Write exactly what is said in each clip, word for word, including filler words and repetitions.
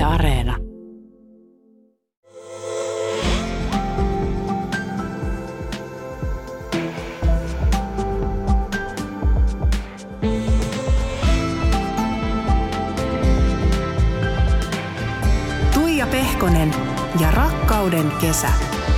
Areena. Tuija Pehkonen ja rakkauden kesä.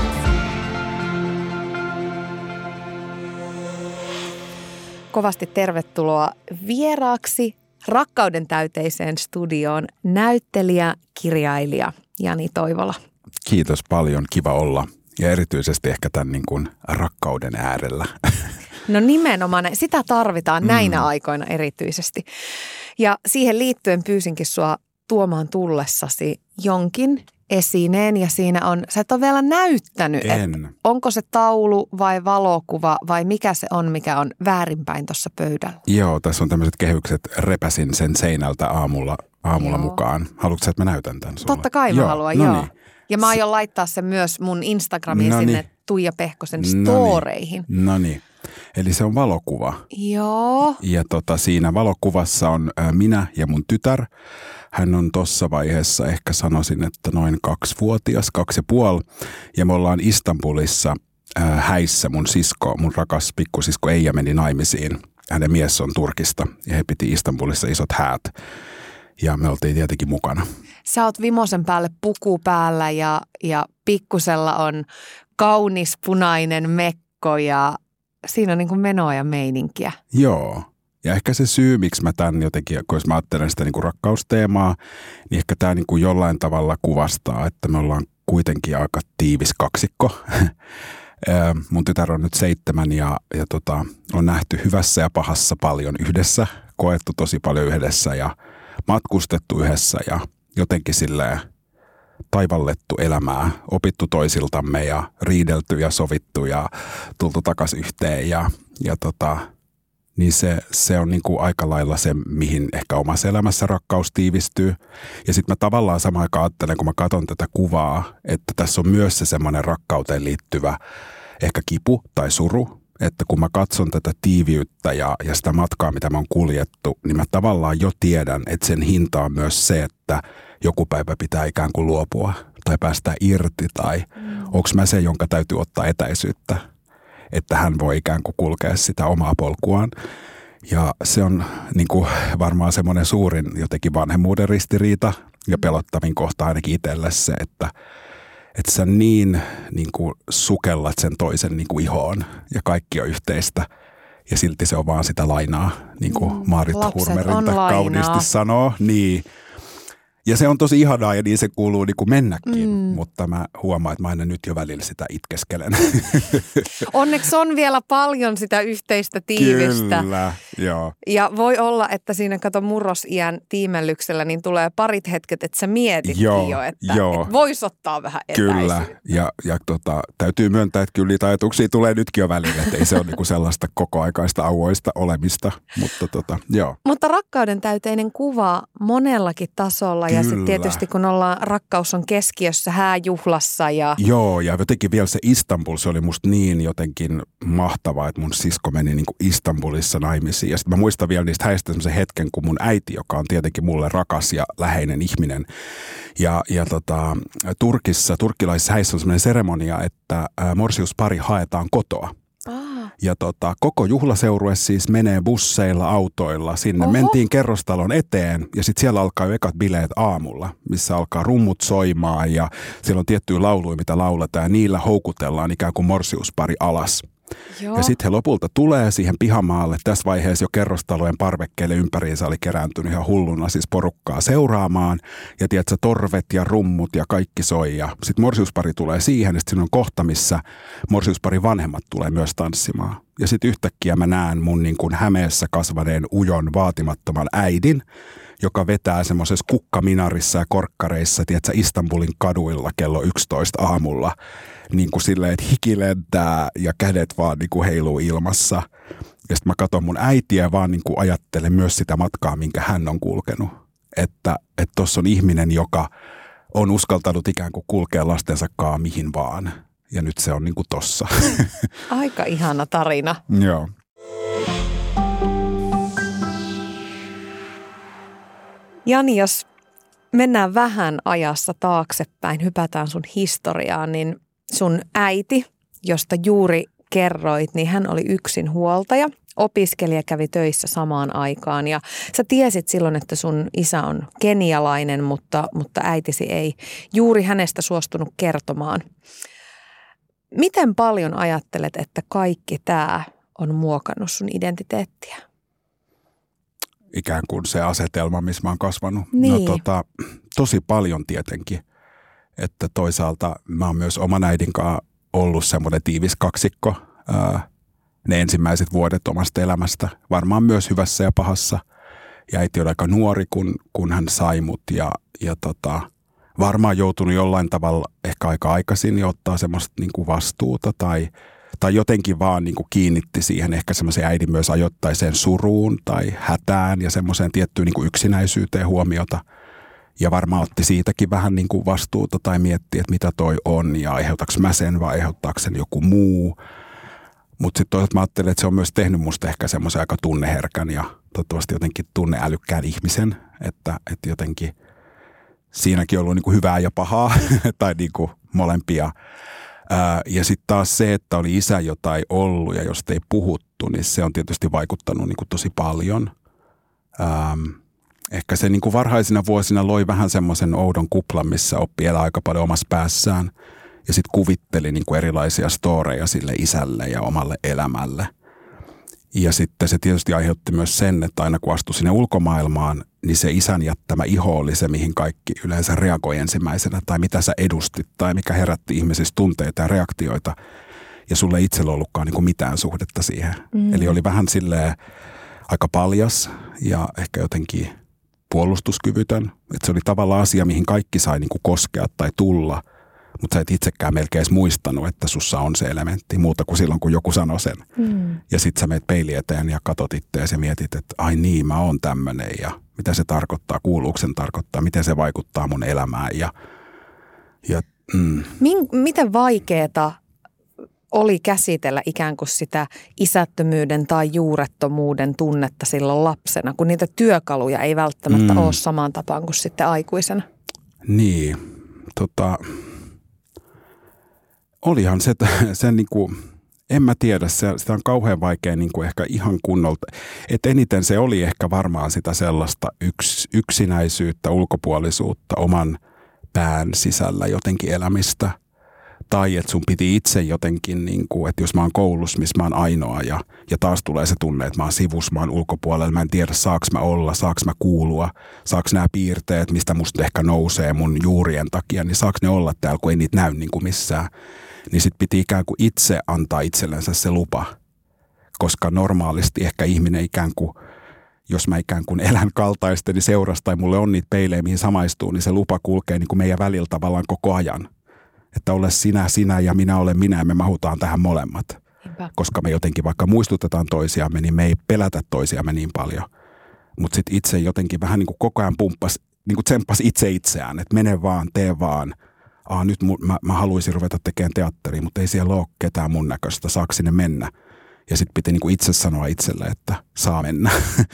Kovasti tervetuloa vieraaksi rakkauden täyteiseen studioon näyttelijä, kirjailija Jani Toivola. Kiitos paljon, kiva olla ja erityisesti ehkä tämän niin kuin rakkauden äärellä. No nimenomaan, sitä tarvitaan näinä mm. aikoina erityisesti. Ja siihen liittyen pyysinkin sua tuomaan tullessasi jonkin esineen ja siinä on, sä et ole vielä näyttänyt, että onko se taulu vai valokuva vai mikä se on, mikä on väärinpäin tuossa pöydällä. Joo, tässä on tämmöiset kehykset, repäsin sen seinältä aamulla, aamulla mukaan. Haluatko sä, että mä näytän tämän sulle? Totta kai mä joo, haluan, no joo. Niin. Ja mä aion laittaa sen myös mun Instagramiin Noniin. sinne Tuija Pehkosen storeihin. No niin, eli se on valokuva. Joo. Ja tota, siinä valokuvassa on ä, minä ja mun tytär. Hän on tuossa vaiheessa, ehkä sanoisin, että noin kaksivuotias, kaksi ja puoli. Ja me ollaan Istanbulissa äh, häissä. Mun sisko, mun rakas pikkusisko Eija meni naimisiin. Hänen mies on Turkista ja he piti Istanbulissa isot häät. Ja me oltiin tietenkin mukana. Sä oot vimosen päälle puku päällä ja, ja pikkusella on kaunis punainen mekko ja siinä on niin kuin menoa ja meininkiä. Joo. Ja ehkä se syy, miksi mä tämän jotenkin, kun jos mä ajattelen sitä niin kuin rakkausteemaa, niin ehkä tämä niin kuin jollain tavalla kuvastaa, että me ollaan kuitenkin aika tiivis kaksikko. Mun tytär on nyt seitsemän ja, ja tota, on nähty hyvässä ja pahassa paljon yhdessä, koettu tosi paljon yhdessä ja matkustettu yhdessä ja jotenkin silleen taivallettu elämää, opittu toisiltamme ja riidelty ja sovittu ja tultu takaisin yhteen ja, ja tota... niin se, se on niin kuin aika lailla se, mihin ehkä omassa elämässä rakkaus tiivistyy. Ja sitten mä tavallaan samaan aikaan ajattelen, kun mä katson tätä kuvaa, että tässä on myös se semmoinen rakkauteen liittyvä ehkä kipu tai suru. Että kun mä katson tätä tiiviyttä ja, ja sitä matkaa, mitä mä oon kuljettu, niin mä tavallaan jo tiedän, että sen hinta on myös se, että joku päivä pitää ikään kuin luopua tai päästä irti. Tai mm. onko mä se, jonka täytyy ottaa etäisyyttä. Että hän voi ikään kuin kulkea sitä omaa polkuaan. Ja se on niin kuin varmaan semmoinen suurin jotenkin vanhemmuuden ristiriita ja pelottavin kohta ainakin itselle se, että, että sä niin, niin kuin sukellat sen toisen niin kuin ihoon ja kaikki on yhteistä. Ja silti se on vaan sitä lainaa, niin kuin mm, Maarit Hurmerinta kauniisti sanoo. Niin. Ja se on tosi ihanaa ja niin se kuuluu niin kuin mennäkin, mm. mutta mä huomaan, että mä aina nyt jo välillä sitä itkeskelen. Onneksi on vielä paljon sitä yhteistä tiivistä. Kyllä, joo. Ja voi olla, että siinä kato murrosiän tiimellyksellä niin tulee parit hetket, että sä mietitkin joo, jo, että, joo. että vois ottaa vähän etäisyyttä. Kyllä, ja, ja tota, täytyy myöntää, että kyllä niitä ajatuksia tulee nytkin jo välillä, että ei se ole niinku sellaista kokoaikaista auoista olemista, mutta tota, joo. Mutta rakkauden täyteinen kuva monellakin tasolla. Ja sitten tietysti kun ollaan, rakkaus on keskiössä hääjuhlassa ja... Joo, ja jotenkin vielä se Istanbul, se oli musta niin jotenkin mahtavaa, että mun sisko meni niin kuin Istanbulissa naimisiin. Ja sitten mä muistan vielä niistä häistä semmoisen hetken, kun mun äiti, joka on tietenkin mulle rakas ja läheinen ihminen. Ja, ja tota, Turkissa, turkkilaisissa häissä on semmoinen seremonia, että morsiuspari haetaan kotoa. Ja tota, koko juhlaseurue siis menee busseilla, autoilla. Sinne Oho. mentiin kerrostalon eteen ja sitten siellä alkaa jo ekat bileet aamulla, missä alkaa rummut soimaan ja siellä on tiettyjä lauluja, mitä lauletaan ja niillä houkutellaan ikään kuin morsiuspari alas. Joo. Ja sitten he lopulta tulee siihen pihamaalle. Tässä vaiheessa jo kerrostalojen parvekkeille ympäriinsä oli kerääntynyt ihan hulluna siis porukkaa seuraamaan. Ja tiedätkö, torvet ja rummut ja kaikki soi. Ja sitten morsiuspari tulee siihen ja sitten siinä on kohta, missä morsiusparin vanhemmat tulee myös tanssimaan. Ja sitten yhtäkkiä mä näen mun niin kuin Hämeessä kasvaneen ujon vaatimattoman äidin, joka vetää semmoisessa kukkaminarissa ja korkkareissa, tiedätkö, Istanbulin kaduilla kello yksitoista aamulla. Niin kuin silleen, että hiki lentää ja kädet vaan niin kuin heiluu ilmassa. Ja sitten mä katson mun äitiä ja vaan niin kuin ajattelen myös sitä matkaa, minkä hän on kulkenut. Että tuossa on ihminen, joka on uskaltanut ikään kuin kulkea lastensa kaa mihin vaan. Ja nyt se on niin kuin tossa. Aika ihana tarina. Joo. Jani, jos mennään vähän ajassa taaksepäin, hypätään sun historiaan, niin sun äiti, josta juuri kerroit, niin hän oli yksinhuoltaja. Opiskelija kävi töissä samaan aikaan ja sä tiesit silloin, että sun isä on kenialainen, mutta, mutta äitisi ei juuri hänestä suostunut kertomaan. Miten paljon ajattelet, että kaikki tämä on muokannut sun identiteettiä? Ikään kuin se asetelma, missä mä oon kasvanut. Niin. No tota, tosi paljon tietenkin. Että toisaalta mä oon myös oman äidin kanssa ollut semmoinen tiivis kaksikko. Ää, ne ensimmäiset vuodet omasta elämästä. Varmaan myös hyvässä ja pahassa. Ja äiti oli aika nuori, kun, kun hän sai mut. Ja, ja tota, varmaan joutunut jollain tavalla ehkä aika aikaisin jo ottaa semmoista niin kuin vastuuta tai... Tai jotenkin vaan niin kuin kiinnitti siihen ehkä semmoiseen äidin myös ajoittaiseen suruun tai hätään ja semmoiseen tiettyyn niin kuin yksinäisyyteen huomiota. Ja varmaan otti siitäkin vähän niin kuin vastuuta tai mietti, että mitä toi on ja aiheutaks mä sen vai aiheuttaako sen joku muu. Mutta sitten toisaalta mä ajattelin, että se on myös tehnyt musta ehkä semmoisen aika tunneherkän ja toivottavasti jotenkin tunneälykkään ihmisen. Että, että jotenkin siinäkin on ollut niin kuin hyvää ja pahaa tai niin kuin molempia. Ja sitten taas se, että oli isä, jota ei ollut ja josta ei puhuttu, niin se on tietysti vaikuttanut niin kuin tosi paljon. Ähm, ehkä se niin kuin varhaisina vuosina loi vähän semmoisen oudon kuplan, missä oppi elää aika paljon omassa päässään. Ja sitten kuvitteli niin kuin erilaisia storeja sille isälle ja omalle elämälle. Ja sitten se tietysti aiheutti myös sen, että aina kun astui sinne ulkomaailmaan, niin se isän jättämä iho oli se, mihin kaikki yleensä reagoi ensimmäisenä. Tai mitä sä edustit tai mikä herätti ihmisissä tunteita ja reaktioita. Ja sulle ei itsellä ollutkaan niin kuin mitään suhdetta siihen. Mm. Eli oli vähän silleen aika paljas ja ehkä jotenkin puolustuskyvytön. Että se oli tavallaan asia, mihin kaikki sai niin kuin koskea tai tulla. Mutta sä et itsekään melkein edes muistanut, että sussa on se elementti muuta kuin silloin, kun joku sanoi sen. Mm. Ja sit sä meet peili eteen ja katot ittees ja mietit, että ai niin, mä oon tämmönen ja mitä se tarkoittaa, kuuluuko sen tarkoittaa, miten se vaikuttaa mun elämään. Ja, ja, mm. Min, miten vaikeeta oli käsitellä ikään kuin sitä isättömyyden tai juurettomuuden tunnetta silloin lapsena, kun niitä työkaluja ei välttämättä mm. ole samaan tapaan kuin sitten aikuisena? Niin, tota... Olihan se, se niin kuin, en mä tiedä, se, sitä on kauhean vaikea niin kuin ehkä ihan kunnolta. Et eniten se oli ehkä varmaan sitä sellaista yks, yksinäisyyttä, ulkopuolisuutta, oman pään sisällä jotenkin elämistä. Tai että sun piti itse jotenkin, niin kuin, että jos mä oon koulussa, missä mä oon ainoa ja, ja taas tulee se tunne, että mä oon sivus, mä oon ulkopuolella, mä en tiedä saaks mä olla, saaks mä kuulua, saaks nämä piirteet, mistä musta ehkä nousee mun juurien takia, niin saaks ne olla täällä, kun ei niitä näy niin kuin missään. Niin sit piti ikään kuin itse antaa itsellensä se lupa, koska normaalisti ehkä ihminen ikään kuin, jos mä ikään kuin elän kaltaisteni seurasta tai mulle on niitä peilejä, mihin samaistuu, niin se lupa kulkee niin kuin meidän välillä tavallaan koko ajan. Että ole sinä, sinä ja minä olen minä ja me mahutaan tähän molemmat. Niinpä. Koska me jotenkin vaikka muistutetaan toisiamme, niin me ei pelätä toisiamme niin paljon. Mutta sitten itse jotenkin vähän niin kuin koko ajan pumppas, niin kuin tsemppas itse itseään, että mene vaan, tee vaan. Aa, nyt mu, mä, mä haluaisin ruveta tekemään teatteria, mutta ei siellä ole ketään mun näköistä, saako sinne mennä. Ja sitten piti niin kuin itse sanoa itselle, että saa mennä.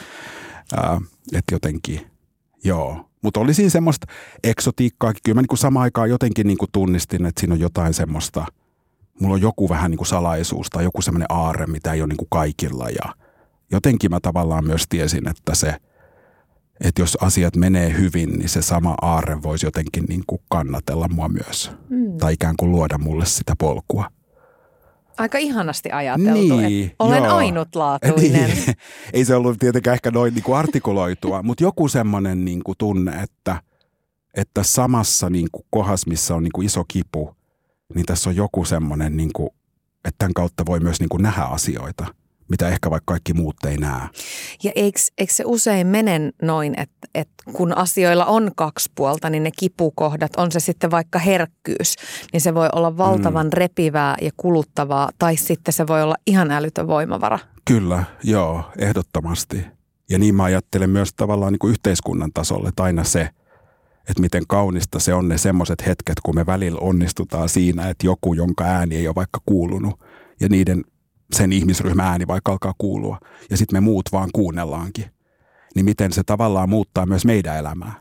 Että jotenkin, joo. Mutta oli siinä semmoista eksotiikkaakin. Kyllä mä niin kuin samaan aikaan jotenkin niin kuin tunnistin, että siinä on jotain semmoista, mulla on joku vähän niin kuin salaisuus tai joku semmoinen aarre, mitä ei ole niin kuin kaikilla. Ja jotenkin mä tavallaan myös tiesin, että se, että jos asiat menee hyvin, niin se sama aarre voisi jotenkin niin kuin kannatella mua myös. Mm. Tai ikään kuin luoda mulle sitä polkua. Aika ihanasti ajateltu, niin, että olen joo. ainutlaatuinen. Niin. Ei se ollut tietenkään ehkä noin niin kuin artikuloitua, mutta joku semmoinen niin kuin tunne, että, että samassa niin kuin kohdassa, missä on niin kuin iso kipu, niin tässä on joku semmoinen, niin kuin, että tämän kautta voi myös niin kuin nähdä asioita, mitä ehkä vaikka kaikki muut ei näe. Ja eikö, eikö se usein mene noin, että, että kun asioilla on kaksi puolta, niin ne kipukohdat, on se sitten vaikka herkkyys, niin se voi olla valtavan mm. repivää ja kuluttavaa, tai sitten se voi olla ihan älytön voimavara. Kyllä, joo, ehdottomasti. Ja niin mä ajattelen myös tavallaan niin kuin yhteiskunnan tasolle, että aina se, että miten kaunista se on ne semmoiset hetket, kun me välillä onnistutaan siinä, että joku, jonka ääni ei ole vaikka kuulunut, ja niiden sen ihmisryhmän ääni vaikka alkaa kuulua, ja sitten me muut vaan kuunnellaankin. Niin miten se tavallaan muuttaa myös meidän elämää.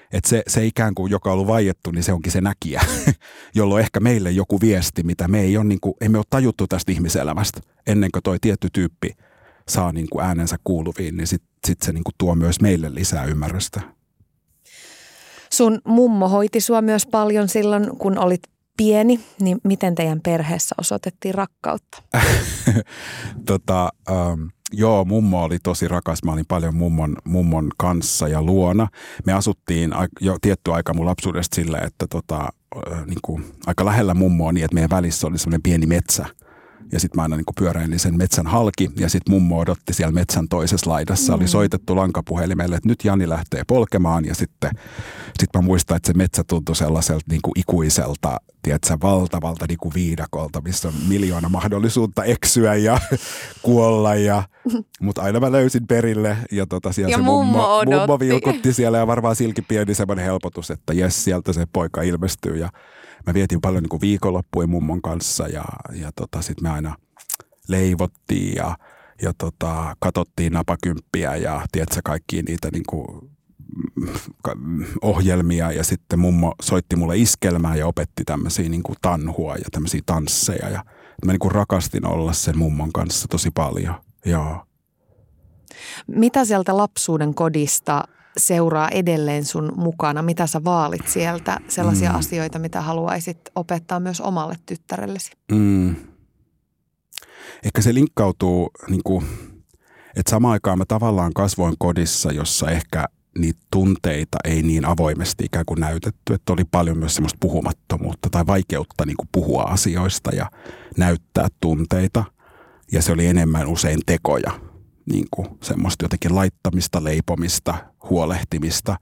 Että se, se ikään kuin, joka on ollut vaiettu, niin se onkin se näkijä, jolloin ehkä meille joku viesti, mitä me ei ole, niin kuin, ei me ole tajuttu tästä ihmiselämästä. Ennen kuin toi tietty tyyppi saa niin kuin äänensä kuuluviin, niin sitten sit se niin kuin tuo myös meille lisää ymmärrystä. Sun mummo hoiti sua myös paljon silloin, kun olit pieni, niin miten teidän perheessä osoitettiin rakkautta? tota, ähm, joo, mummo oli tosi rakas. Mä olin paljon mummon, mummon kanssa ja luona. Me asuttiin jo tietty aika mun lapsuudesta silleen, että tota, äh, niin kuin aika lähellä mummoa niin, että meidän välissä oli semmoinen pieni metsä. Ja sitten mä aina niin kuin pyöräilin sen metsän halki ja sitten mummo odotti siellä metsän toisessa laidassa. Mm. Oli soitettu lankapuhelimelle, että nyt Jani lähtee polkemaan ja sitten sit mä muistan, että se metsä tuntui sellaiselta niin kuin ikuiselta, tiedätkö, valtavalta niin kuin viidakolta, missä on miljoona mahdollisuutta eksyä ja kuolla. Ja, mutta aina mä löysin perille ja, tota, siellä ja se mummo, mummo, mummo vilkutti siellä ja varmaan silläkin pieni semmoinen helpotus, että jes, sieltä se poika ilmestyy ja mä vietin paljon niin kuin viikonloppuja mummon kanssa ja, ja tota, sitten me aina leivottiin ja, ja tota, katsottiin napakymppiä ja tiedätkö, kaikkia niitä niin kuin ohjelmia ja sitten mummo soitti mulle iskelmää ja opetti tämmöisiä niin kuin tanhua ja tämmöisiä tansseja ja mä niin kuin rakastin olla sen mummon kanssa tosi paljon, joo. Mitä sieltä lapsuuden kodista seuraa edelleen sun mukana? Mitä sä vaalit sieltä? Sellaisia mm. asioita, mitä haluaisit opettaa myös omalle tyttärellesi? Mm. Ehkä se linkkautuu, niin kuin, että samaan aikaan mä tavallaan kasvoin kodissa, jossa ehkä niitä tunteita ei niin avoimesti ikään kuin näytetty. Että oli paljon myös semmoista puhumattomuutta tai vaikeutta niin kuin puhua asioista ja näyttää tunteita. Ja se oli enemmän usein tekoja. Niin kuin semmoista jotenkin laittamista, leipomista, huolehtimista.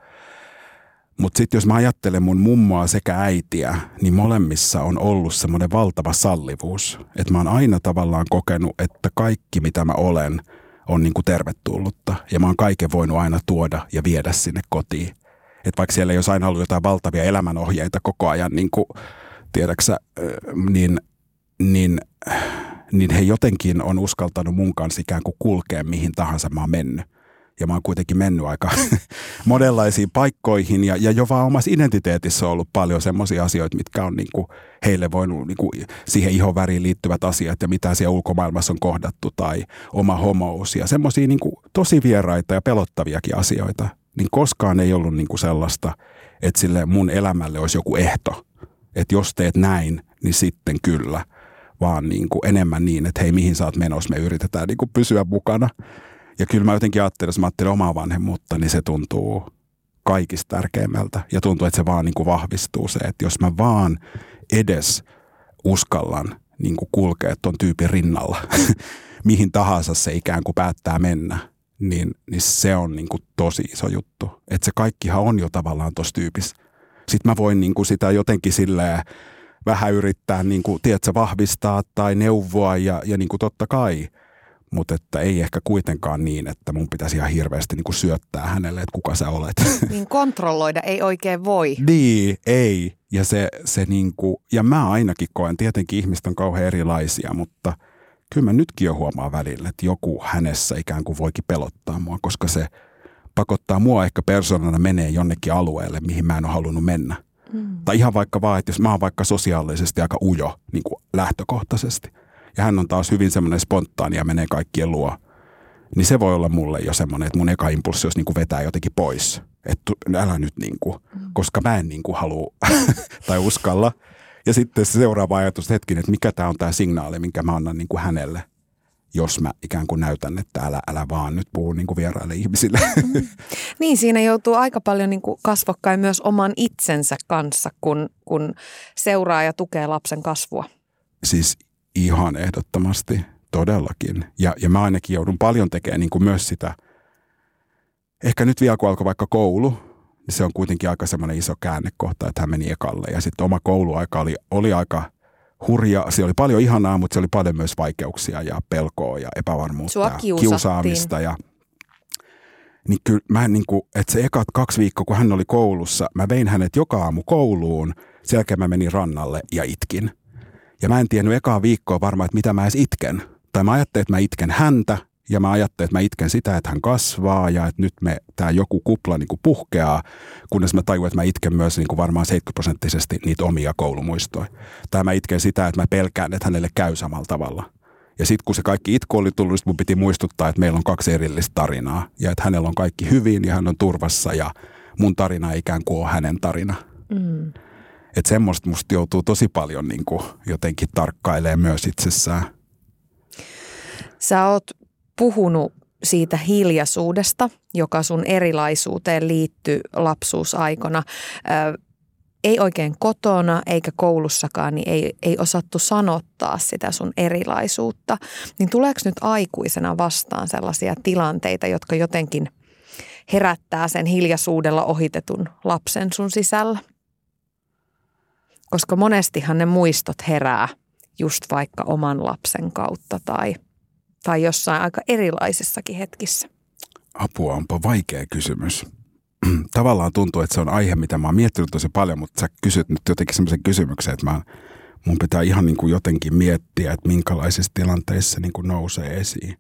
Mutta sitten jos mä ajattelen mun mummoa sekä äitiä, niin molemmissa on ollut semmoinen valtava sallivuus. Että mä oon aina tavallaan kokenut, että kaikki mitä mä olen on niin kuin tervetullutta. Ja mä oon kaiken voinut aina tuoda ja viedä sinne kotiin. Että vaikka siellä ei olisi aina ollut jotain valtavia elämänohjeita koko ajan, niin kuin, tiedäksä, niin... niin niin he jotenkin on uskaltanut mun kanssa ikään kuin kulkea mihin tahansa mä oon mennyt. Ja mä oon kuitenkin mennyt aika monenlaisiin paikkoihin ja, ja jo vaan omassa identiteetissä on ollut paljon semmoisia asioita, mitkä on niin kuin heille voinut niin kuin siihen ihonväriin liittyvät asiat ja mitä siellä ulkomaailmassa on kohdattu tai oma homous ja semmoisia niin kuin tosi vieraita ja pelottaviakin asioita. Niin koskaan ei ollut niin kuin sellaista, että sille mun elämälle olisi joku ehto, että jos teet näin, niin sitten kyllä. Vaan niin kuin enemmän niin, että hei, mihin sä oot menossa, me yritetään niin kuin pysyä mukana. Ja kyllä mä jotenkin ajattelen, jos mä ajattelen omaa vanhemmuutta, niin se tuntuu kaikista tärkeimmältä. Ja tuntuu, että se vaan niin kuin vahvistuu se, että jos mä vaan edes uskallan niin kuin kulkea ton tyypin rinnalla, mihin tahansa se ikään kuin päättää mennä, niin, niin se on niin kuin tosi iso juttu. Että se kaikkihan on jo tavallaan tossa tyypissä. Sitten mä voin niin kuin sitä jotenkin silleen vähän yrittää, niin kuin, tiedätkö, vahvistaa tai neuvoa ja, ja niin kuin totta kai, mutta että ei ehkä kuitenkaan niin, että mun pitäisi ihan hirveästi niin kuin syöttää hänelle, että kuka sä olet. Niin kontrolloida ei oikein voi. Niin, ei. Ja, se, se niin kuin, ja mä ainakin koen, tietenkin ihmiset on kauhean erilaisia, mutta kyllä mä nytkin jo huomaan välillä, että joku hänessä ikään kuin voikin pelottaa mua, koska se pakottaa mua ehkä persoonana menee jonnekin alueelle, mihin mä en ole halunnut mennä. Mm. Tai ihan vaikka vaan, että jos mä oon vaikka sosiaalisesti aika ujo niin kuin lähtökohtaisesti ja hän on taas hyvin semmoinen spontaani ja menee kaikkien luo, niin se voi olla mulle jo semmoinen, että mun eka impulssi olisi niin kuin vetää jotenkin pois. Että älä nyt niin kuin, mm. koska mä en niin kuin halua tai uskalla. Ja sitten se seuraava ajatus, että hetkin, että mikä tämä on tämä signaali, minkä mä annan niin kuin hänelle, jos mä ikään kuin näytän, että älä, älä vaan nyt puhu niin kuin vieraille ihmisille. Mm. Niin, siinä joutuu aika paljon niin kuin kasvokkain myös oman itsensä kanssa, kun, kun seuraa ja tukee lapsen kasvua. Siis ihan ehdottomasti, todellakin. Ja, ja mä ainakin joudun paljon tekemään niin kuin myös sitä, ehkä nyt vielä kun alkoi vaikka koulu, niin se on kuitenkin aika semmoinen iso käännekohta, että hän meni ekalle. Ja sitten oma kouluaika oli, oli aika hurja. Se oli paljon ihanaa, mutta se oli paljon myös vaikeuksia ja pelkoa ja epävarmuutta Sua ja kiusaamista. Ja, niin kyllä mä niin kuin, että se ekat kaksi viikkoa, kun hän oli koulussa, mä vein hänet joka aamu kouluun. Sen jälkeen mä menin rannalle ja itkin. Ja mä en tiennyt ekaa viikkoa varmaan, että mitä mä edes itken. Tai mä ajattelin, että mä itken häntä, Ja mä ajattelin, että mä itken sitä, että hän kasvaa ja että nyt me tämä joku kupla niin kuin puhkeaa, kunnes mä tajuin, että mä itken myös niin kuin varmaan seitsemänkymmentä prosenttisesti niitä omia koulumuistoja. Tai mä itken sitä, että mä pelkään, että hänelle käy samalla tavalla. Ja sitten kun se kaikki itku oli tullut, mun piti muistuttaa, että meillä on kaksi erillistä tarinaa. Ja että hänellä on kaikki hyvin ja hän on turvassa ja mun tarina ei ikään kuin ole hänen tarina. Mm. Että semmoista musta joutuu tosi paljon niin kuin jotenkin tarkkailemaan myös itsessään. Sä oot puhunut siitä hiljaisuudesta, joka sun erilaisuuteen liittyy lapsuusaikana. Ö, ei oikein kotona eikä koulussakaan, niin ei, ei osattu sanottaa sitä sun erilaisuutta. Niin tuleeko nyt aikuisena vastaan sellaisia tilanteita, jotka jotenkin herättää sen hiljaisuudella ohitetun lapsen sun sisällä? Koska monestihan ne muistot herää just vaikka oman lapsen kautta tai, tai jossain aika erilaisissakin hetkissä. Apua, onpa vaikea kysymys. Tavallaan tuntuu, että se on aihe, mitä mä oon miettinyt tosi paljon, mutta sä kysyt nyt jotenkin semmoisen kysymyksen, että mä, mun pitää ihan niin kuin jotenkin miettiä, että minkälaisissa tilanteissa niin kuin nousee esiin.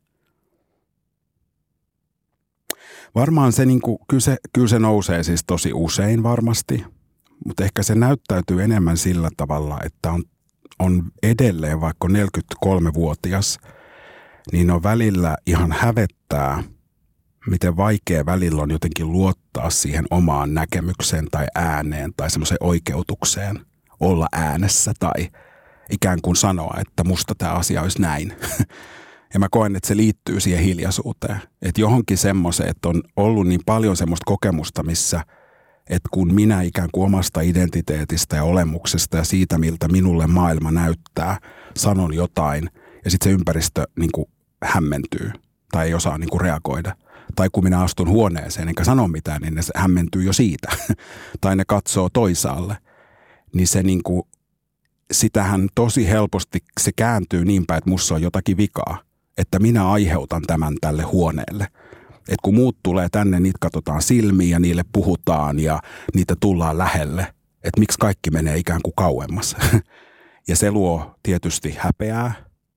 Varmaan se, niin kuin, kyllä, se, kyllä se nousee siis tosi usein varmasti, mutta ehkä se näyttäytyy enemmän sillä tavalla, että on, on edelleen vaikka neljäkymmentäkolmevuotias, niin on välillä ihan hävettää, miten vaikea välillä on jotenkin luottaa siihen omaan näkemykseen tai ääneen tai semmoiseen oikeutukseen olla äänessä tai ikään kuin sanoa, että musta tämä asia olisi näin. Ja mä koen, että se liittyy siihen hiljaisuuteen. Että johonkin semmoiseen, että on ollut niin paljon semmoista kokemusta, missä että kun minä ikään kuin omasta identiteetistä ja olemuksesta ja siitä, miltä minulle maailma näyttää, sanon jotain ja sitten se ympäristö niin kuin hämmentyy tai ei osaa niin kuin reagoida. Tai kun minä astun huoneeseen enkä sano mitään, niin ne hämmentyy jo siitä. Tai ne katsoo toisaalle. Niin se niin kuin, sitähän tosi helposti se kääntyy niin päin, että musta on jotakin vikaa. Että minä aiheutan tämän tälle huoneelle. Että kun muut tulee tänne, niitä katsotaan silmiin ja niille puhutaan ja niitä tullaan lähelle. Että miksi kaikki menee ikään kuin kauemmas. Ja se luo tietysti häpeää.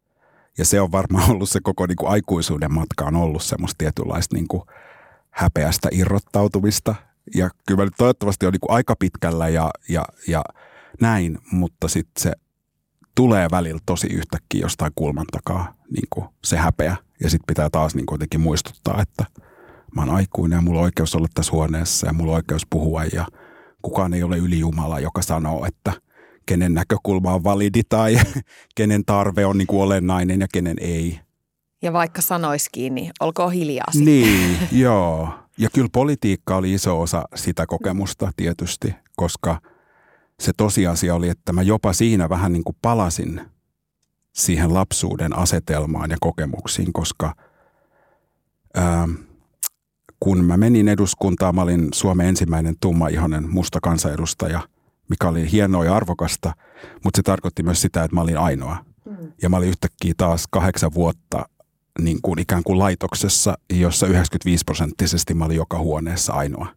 Ja se on varmaan ollut se koko niin kuin aikuisuuden matka on ollut semmoista tietynlaista niin kuin häpeästä irrottautumista. Ja kyllä nyt toivottavasti on niin kuin aika pitkällä ja, ja, ja näin, mutta sitten se tulee välillä tosi yhtäkkiä jostain kulman takaa niin kuin se häpeä. Ja sitten pitää taas niin kuin jotenkin muistuttaa, että mä oon aikuinen ja mulla on oikeus olla tässä huoneessa ja mulla on oikeus puhua. Ja kukaan ei ole ylijumala, joka sanoo, että kenen näkökulma on validi tai kenen tarve on niin kuin olennainen ja kenen ei. Ja vaikka sanoisikin, niin olkoon hiljaa sitten. Niin, joo. Ja kyllä politiikka oli iso osa sitä kokemusta tietysti, koska se tosiasia oli, että mä jopa siinä vähän niin kuin palasin siihen lapsuuden asetelmaan ja kokemuksiin, koska ää, kun mä menin eduskuntaan, mä olin Suomen ensimmäinen tummaihoinen musta kansanedustaja, mikä oli hienoa ja arvokasta, mutta se tarkoitti myös sitä, että mä olin ainoa. Mm. Ja mä olin yhtäkkiä taas kahdeksan vuotta niin kuin ikään kuin laitoksessa, jossa yhdeksänkymmentäviisi prosenttisesti mä olin joka huoneessa ainoa.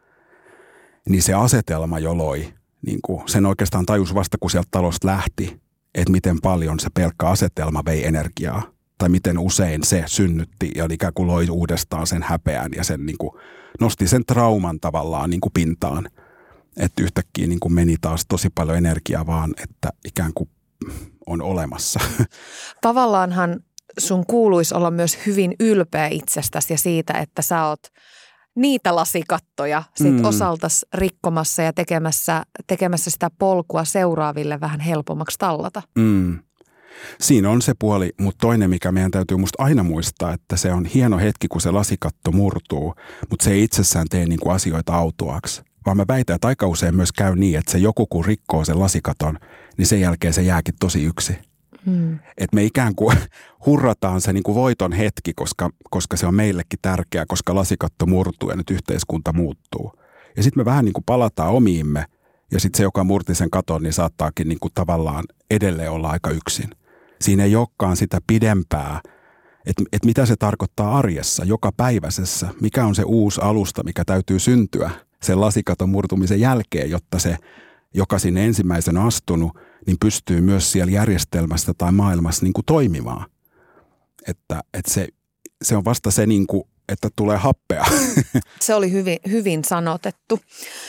Niin se asetelma jo loi, niin kuin sen oikeastaan tajus vasta, kun sieltä talosta lähti, että miten paljon se pelkkä asetelma vei energiaa. Tai miten usein se synnytti ja ikään kuin loi uudestaan sen häpeän ja sen niin kuin nosti sen trauman tavallaan niin kuin pintaan. Että yhtäkkiä niin kuin meni taas tosi paljon energiaa vaan, että ikään kuin on olemassa. Tavallaanhan sun kuuluisi olla myös hyvin ylpeä itsestäsi ja siitä, että sä oot niitä lasikattoja sit mm. osaltas rikkomassa ja tekemässä, tekemässä sitä polkua seuraaville vähän helpommaksi tallata. Mm. Siinä on se puoli, mutta toinen, mikä meidän täytyy musta aina muistaa, että se on hieno hetki, kun se lasikatto murtuu, mutta se ei itsessään tee niinku asioita autuaksi. Vaan mä väitän, että aika usein myös käy niin, että se joku kun rikkoo sen lasikaton, niin sen jälkeen se jääkin tosi yksi. Hmm. Että me ikään kuin hurrataan se niin kuin voiton hetki, koska, koska se on meillekin tärkeää, koska lasikatto murtuu ja nyt yhteiskunta muuttuu. Ja sitten me vähän niin kuin palataan omiimme ja sitten se, joka murti sen katon, niin saattaakin niin kuin tavallaan edelleen olla aika yksin. Siinä ei olekaan sitä pidempää, että et mitä se tarkoittaa arjessa, joka päiväisessä, mikä on se uusi alusta, mikä täytyy syntyä sen lasikaton murtumisen jälkeen, jotta se, joka sinne ensimmäisen on astunut, niin pystyy myös siellä järjestelmässä tai maailmassa niin kuin toimimaan. Että, että se se on vasta se, niin kuin, että tulee happea. Se oli hyvin, hyvin sanotettu.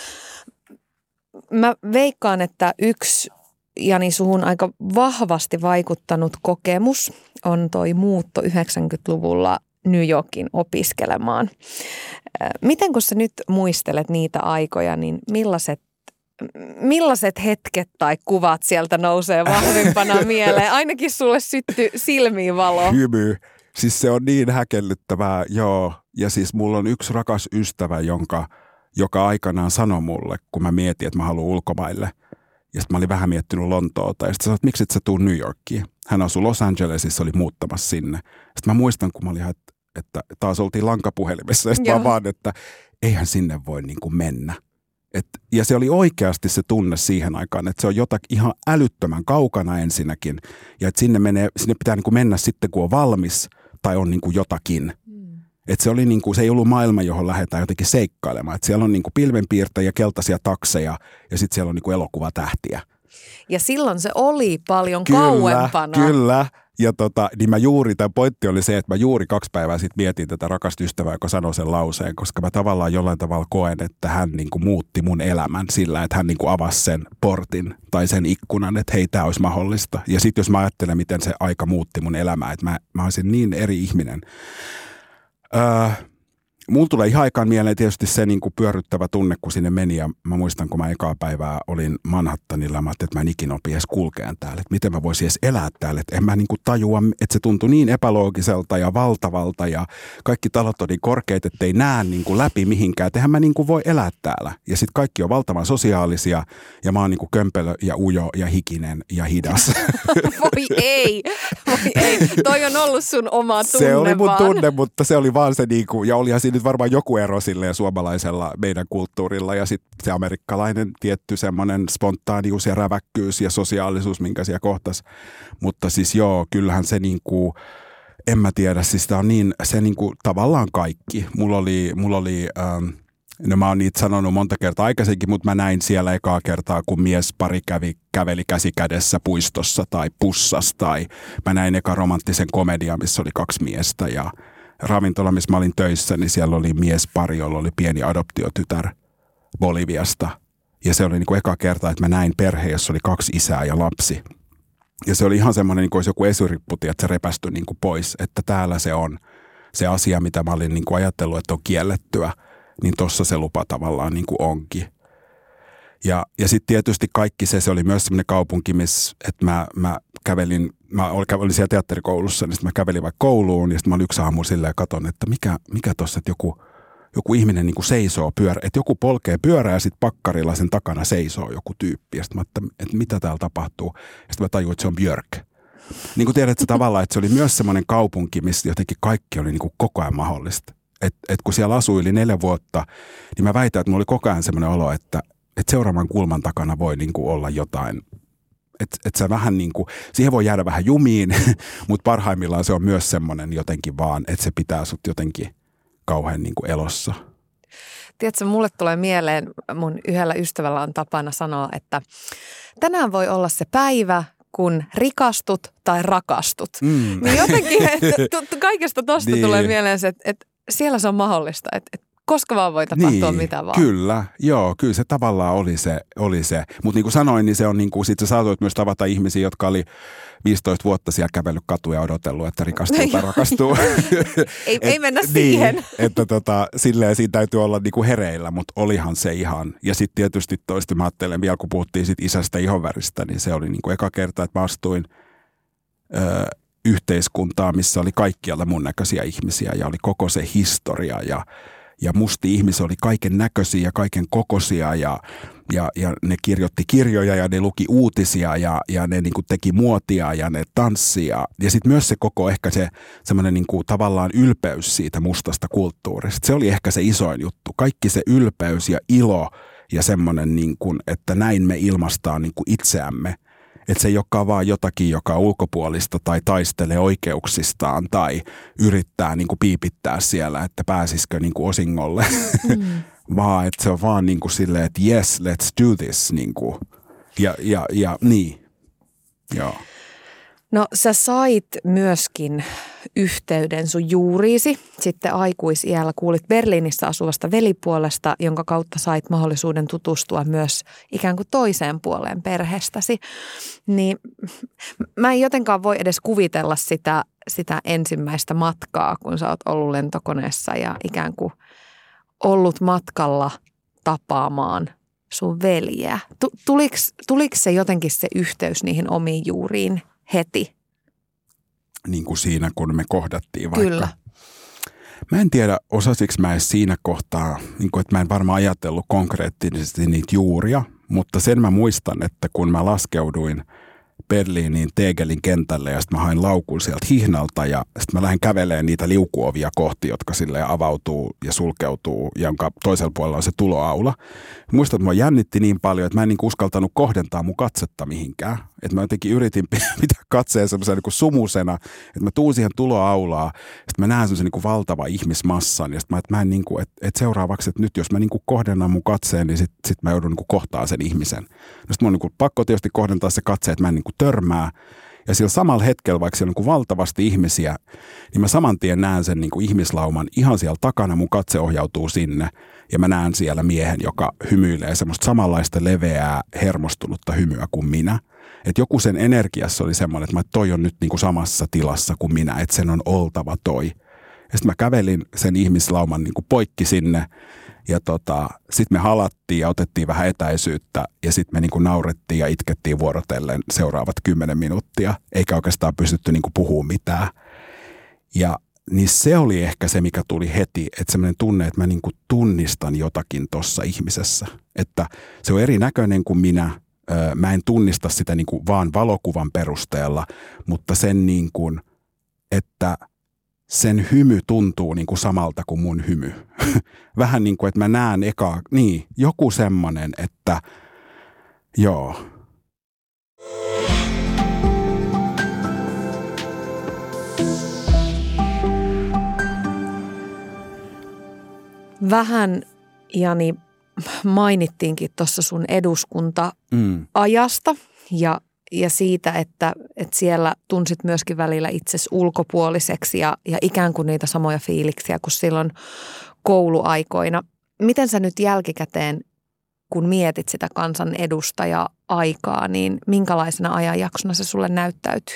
Mä veikkaan, että yksi Jani suhun aika vahvasti vaikuttanut kokemus on toi muutto yhdeksänkymmentäluvulla New Yorkin opiskelemaan. Miten kun sä nyt muistelet niitä aikoja, niin millaiset, millaiset hetket tai kuvat sieltä nousee vahvimpana mieleen? Ainakin sulle syttyi silmiin valo. Hymy. Siis se on niin häkellyttävää, joo. Ja siis mulla on yksi rakas ystävä, jonka, joka aikanaan sanoi mulle, kun mä mietin, että mä haluan ulkomaille. Ja sitten mä olin vähän miettinyt Lontoota. Ja sitten sanoin, että miksi et sä tuu New Yorkiin? Hän asui Los Angelesissa, oli muuttamassa sinne. Sitten mä muistan, kun mä olin ihan, että, että taas oltiin lankapuhelimessa. Ja sitten mä vaan, että eihän sinne voi niin kuin mennä. Et, ja se oli oikeasti se tunne siihen aikaan, että se on jotakin ihan älyttömän kaukana ensinnäkin. Ja että sinne, menee, sinne pitää niin kuin mennä sitten, kun on valmis tai on niin kuin jotakin. Mm. Että se, oli niin kuin, se ei ollut maailma, johon lähdetään jotenkin seikkailemaan. Että siellä on niin kuin pilvenpiirtäjiä, keltaisia takseja ja sitten siellä on niin kuin elokuvatähtiä. Ja silloin se oli paljon kyllä, kauempana. Kyllä, ja tota, niin mä juuri, tämän pointti oli se, että mä juuri kaksi päivää sitten mietin tätä rakasta ystävää, joka sanoi sen lauseen, koska mä tavallaan jollain tavalla koen, että hän niin kuin muutti mun elämän sillä, että hän niin kuin avasi sen portin tai sen ikkunan, että hei, tämä olisi mahdollista. Ja sitten jos mä ajattelen, miten se aika muutti mun elämää, että mä, mä olisin niin eri ihminen. Öö, Mulla tulee ihan aikaan mieleen tietysti se niin kuin pyörryttävä tunne, kun sinne meni. Ja mä muistan, kun mä ekaa päivää olin Manhattanilla, mä ajattelin, että mä en ikinä opi edes kulkeen täällä. Että miten mä voisin edes elää täällä. Että en mä niin kuin tajua, että se tuntui niin epäloogiselta ja valtavalta. Ja kaikki talot on niin korkeat, että ei näe niin kuin läpi mihinkään. Että eihän mä niin kuin voi elää täällä. Ja sitten kaikki on valtavan sosiaalisia. Ja mä oon niin kuin kömpelö ja ujo ja hikinen ja hidas. Voi ei, voi ei. Toi on ollut sun oma tunne. Se oli mun vaan. tunne, mutta se oli vaan se niin kuin, ja olihan siinä nyt varmaan joku ero silleen suomalaisella meidän kulttuurilla ja sitten se amerikkalainen tietty semmoinen spontaanius ja räväkkyys ja sosiaalisuus, minkä siellä kohtas. Mutta siis joo, kyllähän se niin kuin, en mä tiedä, siis tämä on niin, se niin kuin tavallaan kaikki. Mulla oli, mulla oli ähm, no mä oon niitä sanonut monta kertaa aikaisemmin, mutta mä näin siellä ekaa kertaa, kun mies pari kävi, käveli käsi kädessä puistossa tai pussassa. Tai mä näin eka romanttisen komedian, missä oli kaksi miestä ja ravintola, missä mä olin töissä, niin siellä oli miespari, jolla oli pieni adoptiotytär Boliviasta. Ja se oli niin kuin eka kerta, että mä näin perhe, jossa oli kaksi isää ja lapsi. Ja se oli ihan semmoinen, niin kuin olisi joku esiripputi, että se repästyi niin kuin pois, että täällä se on se asia, mitä mä olin niin kuin ajatellut, että on kiellettyä. Niin tossa se lupa tavallaan niin kuin onkin. Ja, ja sitten tietysti kaikki se, se oli myös semmoinen kaupunki, missä että mä, mä kävelin, mä olin siellä teatterikoulussa, niin sitten mä kävelin vaikka kouluun, ja sitten mä olin yksi aamu silleen ja katon, että mikä, mikä tossa, että joku, joku ihminen niin kuin seisoo pyörä, että joku polkee pyörää ja sitten pakkarilla sen takana seisoo joku tyyppi. Ja sitten mä että, että mitä täällä tapahtuu. Ja sitten mä tajuin, että se on Björk. Niin kuin tiedät, että tavallaan, että se oli myös semmoinen kaupunki, missä jotenkin kaikki oli niin kuin koko ajan mahdollista. Että et kun siellä asui yli neljä vuotta, niin mä väitän, että mulla oli koko ajan semmoinen olo, että et seuraavan kulman takana voi niinku olla jotain. Että et sä vähän niinku, siihen voi jäädä vähän jumiin, mutta parhaimmillaan se on myös semmoinen jotenkin vaan, että se pitää sut jotenkin kauhean niinku elossa. Tiedätkö, mulle tulee mieleen, mun yhdellä ystävällä on tapana sanoa, että tänään voi olla se päivä, kun rikastut tai rakastut. Mm. Niin jotenkin, että kaikesta tosta niin. tulee mieleen se, että, että siellä se on mahdollista, että, että koska vaan voi tapahtua niin, mitä vaan. Kyllä, joo, kyllä se tavallaan oli se. Oli se. Mutta niin kuin sanoin, niin se on niin kuin, sit sä saatoit myös tavata ihmisiä, jotka oli viisitoista vuotta siellä kävellyt katuja ja odotellut, että rikastuu tai rakastuu. ei, et, ei mennä niin, siihen. Että tota, silleen siinä täytyy olla niin kuin hereillä, mutta olihan se ihan. Ja sitten tietysti toista mä ajattelen, vielä kun puhuttiin sit isästä ihonväristä, niin se oli niin kuin eka kerta, että mä astuin ö, yhteiskuntaa, missä oli kaikkialla mun näköisiä ihmisiä ja oli koko se historia ja Ja musti ihmisiä oli kaiken näköisiä ja kaiken kokoisia ja, ja, ja ne kirjoitti kirjoja ja ne luki uutisia ja, ja ne niin kuin teki muotia ja ne tanssia. Ja sitten myös se koko ehkä se semmoinen niin kuin tavallaan ylpeys siitä mustasta kulttuurista. Se oli ehkä se isoin juttu. Kaikki se ylpeys ja ilo ja semmoinen, niin kuin, että näin me ilmaistaan niin kuin itseämme. Että se ei olekaan vaan jotakin, joka on ulkopuolista tai taistelee oikeuksistaan tai yrittää niin kuin piipittää siellä, että pääsisikö niin kuin osingolle. Mm. vaan että se on vaan niin kuin silleen, että yes, let's do this. Niin kuin. Ja, ja, ja niin, joo. No sä sait myöskin yhteyden sun juuriisi. Sitten aikuisiällä kuulit Berliinissä asuvasta velipuolesta, jonka kautta sait mahdollisuuden tutustua myös ikään kuin toiseen puoleen perheestäsi. Niin mä en jotenkaan voi edes kuvitella sitä, sitä ensimmäistä matkaa, kun sä oot ollut lentokoneessa ja ikään kuin ollut matkalla tapaamaan sun veljeä. Tuliko, tuliko se jotenkin se yhteys niihin omiin juuriin heti? Niin kuin siinä, kun me kohdattiin vaikka. Kyllä. Mä en tiedä, osasiksi mä edes siinä kohtaa, niin kuin, että mä en varmaan ajatellut konkreettisesti niitä juuria, mutta sen mä muistan, että kun mä laskeuduin Berliinin Tegelin kentälle ja sitten mä hain laukun sieltä hihnalta ja sitten mä lähden kävelemään niitä liukuovia kohti, jotka silleen avautuu ja sulkeutuu, jonka toisella puolella on se tuloaula. Muistan, että mä jännitti niin paljon, että mä en niin uskaltanut kohdentaa mun katsetta mihinkään. Että mä jotenkin yritin pitää katseen semmoisen niin kuin sumusena, että mä tuun siihen tuloaulaan, sitten mä näen semmoisen niin kuin valtava ihmismassan ja sitten mä, että mä en niin kuin, että, että seuraavaksi, että nyt jos mä niin kuin kohdennan mun katseen, niin sitten sit mä joudun niin kuin kohtaan sen ihmisen. No sitten mun on niin kuin pakko tietysti kohdentaa se katse, että mä en niin kuin törmää. Ja sillä samalla hetkellä, vaikka siellä on niin kuin valtavasti ihmisiä, niin mä saman tien näen sen niin kuin ihmislauman ihan siellä takana, mun katse ohjautuu sinne ja mä näen siellä miehen, joka hymyilee semmoista samanlaista leveää, hermostunutta hymyä kuin minä. Että joku sen energiassa oli semmoinen, että mä, toi on nyt niin kuin samassa tilassa kuin minä, että sen on oltava toi. Ja sitten mä kävelin sen ihmislauman niin kuin poikki sinne ja tota, sitten me halattiin ja otettiin vähän etäisyyttä ja sitten me niin kuin naurettiin ja itkettiin vuorotellen seuraavat kymmenen minuuttia, eikä oikeastaan pystytty niin kuin puhumaan mitään. Ja niin se oli ehkä se, mikä tuli heti, että semmoinen tunne, että mä niin kuin tunnistan jotakin tuossa ihmisessä, että se on erinäköinen kuin minä. Mä en tunnista sitä niin kuin vaan valokuvan perusteella, mutta sen niin kuin, että sen hymy tuntuu niin kuin samalta kuin mun hymy. Vähän niin kuin, että mä näen eka, niin, joku semmoinen, että joo. Vähän, Jani, mainittiinkin tuossa sun eduskunta-ajasta mm. ja, ja siitä, että, että siellä tunsit myöskin välillä itsesi ulkopuoliseksi ja, ja ikään kuin niitä samoja fiiliksiä kuin silloin kouluaikoina. Miten sä nyt jälkikäteen, kun mietit sitä kansanedustaja-aikaa, niin minkälaisena ajanjaksona se sulle näyttäytyy?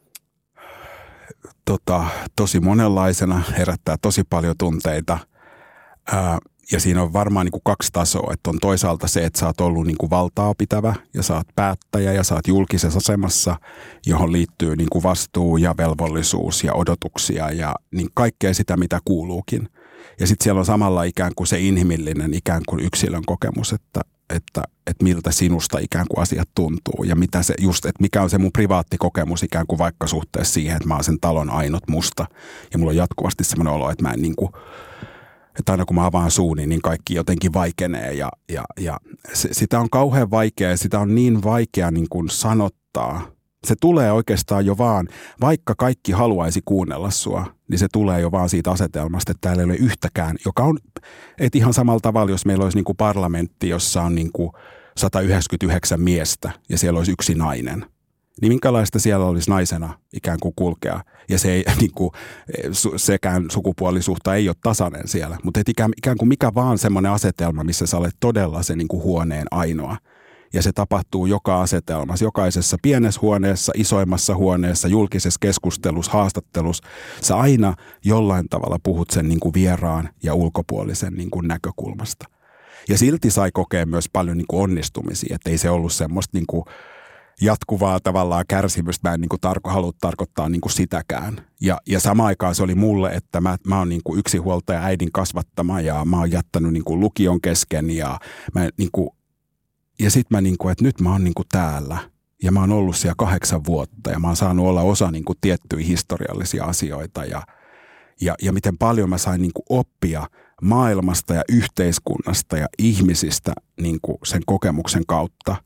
Tota, tosi monenlaisena, herättää tosi paljon tunteita. Ää, Ja siinä on varmaan niin kuin kaksi tasoa, että on toisaalta se, että sä oot ollut niin kuin valtaa pitävä ja sä oot päättäjä ja sä oot julkisessa asemassa, johon liittyy niin kuin vastuu ja velvollisuus ja odotuksia ja niin kaikkea sitä, mitä kuuluukin. Ja sitten siellä on samalla ikään kuin se inhimillinen ikään kuin yksilön kokemus, että, että, että miltä sinusta ikään kuin asiat tuntuu ja mitä se just, että mikä on se mun privaatti kokemus ikään kuin vaikka suhteessa siihen, että mä oon sen talon ainut musta ja mulla on jatkuvasti semmoinen olo, että mä en niin kuin että aina kun mä avaan suuni, niin kaikki jotenkin vaikenee ja, ja, ja se, sitä on kauhean vaikea ja sitä on niin vaikea niin kuin sanottaa. Se tulee oikeastaan jo vaan, vaikka kaikki haluaisi kuunnella sua, niin se tulee jo vaan siitä asetelmasta, että täällä ei ole yhtäkään, joka on, että ihan samalla tavalla, jos meillä olisi niin kuin parlamentti, jossa on niin kuin sata yhdeksänkymmentäyhdeksän miestä ja siellä olisi yksi nainen. Niin minkälaista siellä olisi naisena ikään kuin kulkea. Ja se ei, niin kuin, sekään sukupuolisuutta ei ole tasainen siellä. Mutta ikään, ikään kuin mikä vaan semmoinen asetelma, missä sä olet todella se niin kuin huoneen ainoa. Ja se tapahtuu joka asetelmassa, jokaisessa pienessä huoneessa, isoimmassa huoneessa, julkisessa keskustelussa, haastattelussa. Sä aina jollain tavalla puhut sen niin kuin vieraan ja ulkopuolisen niin kuin näkökulmasta. Ja silti sai kokea myös paljon niin kuin onnistumisia, että ei se ollut semmoista niin kuin jatkuvaa tavallaan kärsimystä. Mä en niin kuin tarko, halua tarkoittaa niin kuin sitäkään. Ja, ja samaan aikaan se oli mulle, että mä, mä oon niin kuin yksinhuoltaja äidin kasvattama ja mä oon jättänyt niin kuin lukion kesken ja mä niin kuin, ja sit mä niin kuin, että nyt mä oon niin kuin täällä ja mä oon ollut siellä kahdeksan vuotta ja mä oon saanut olla osa niin kuin tiettyjä historiallisia asioita ja, ja, ja miten paljon mä sain niin kuin oppia maailmasta ja yhteiskunnasta ja ihmisistä niin kuin sen kokemuksen kautta.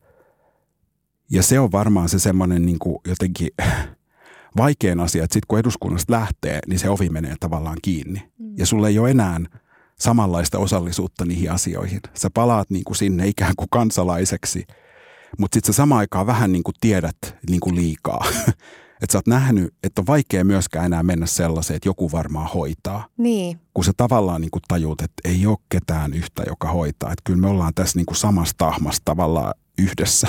Ja se on varmaan se semmoinen niin kuin jotenkin vaikein asia, että sitten kun eduskunnasta lähtee, niin se ovi menee tavallaan kiinni. Mm. Ja sulla ei ole enää samanlaista osallisuutta niihin asioihin. Sä palaat niin kuin sinne ikään kuin kansalaiseksi, mutta sitten sä samaan aikaan vähän niin kuin tiedät niin kuin liikaa. Että sä oot nähnyt, että on vaikea myöskään enää mennä sellaiseen, että joku varmaan hoitaa. Niin. Kun sä tavallaan niin kuin tajuut, että ei ole ketään yhtä, joka hoitaa. Että kyllä me ollaan tässä niin kuin samassa tahmassa tavallaan yhdessä.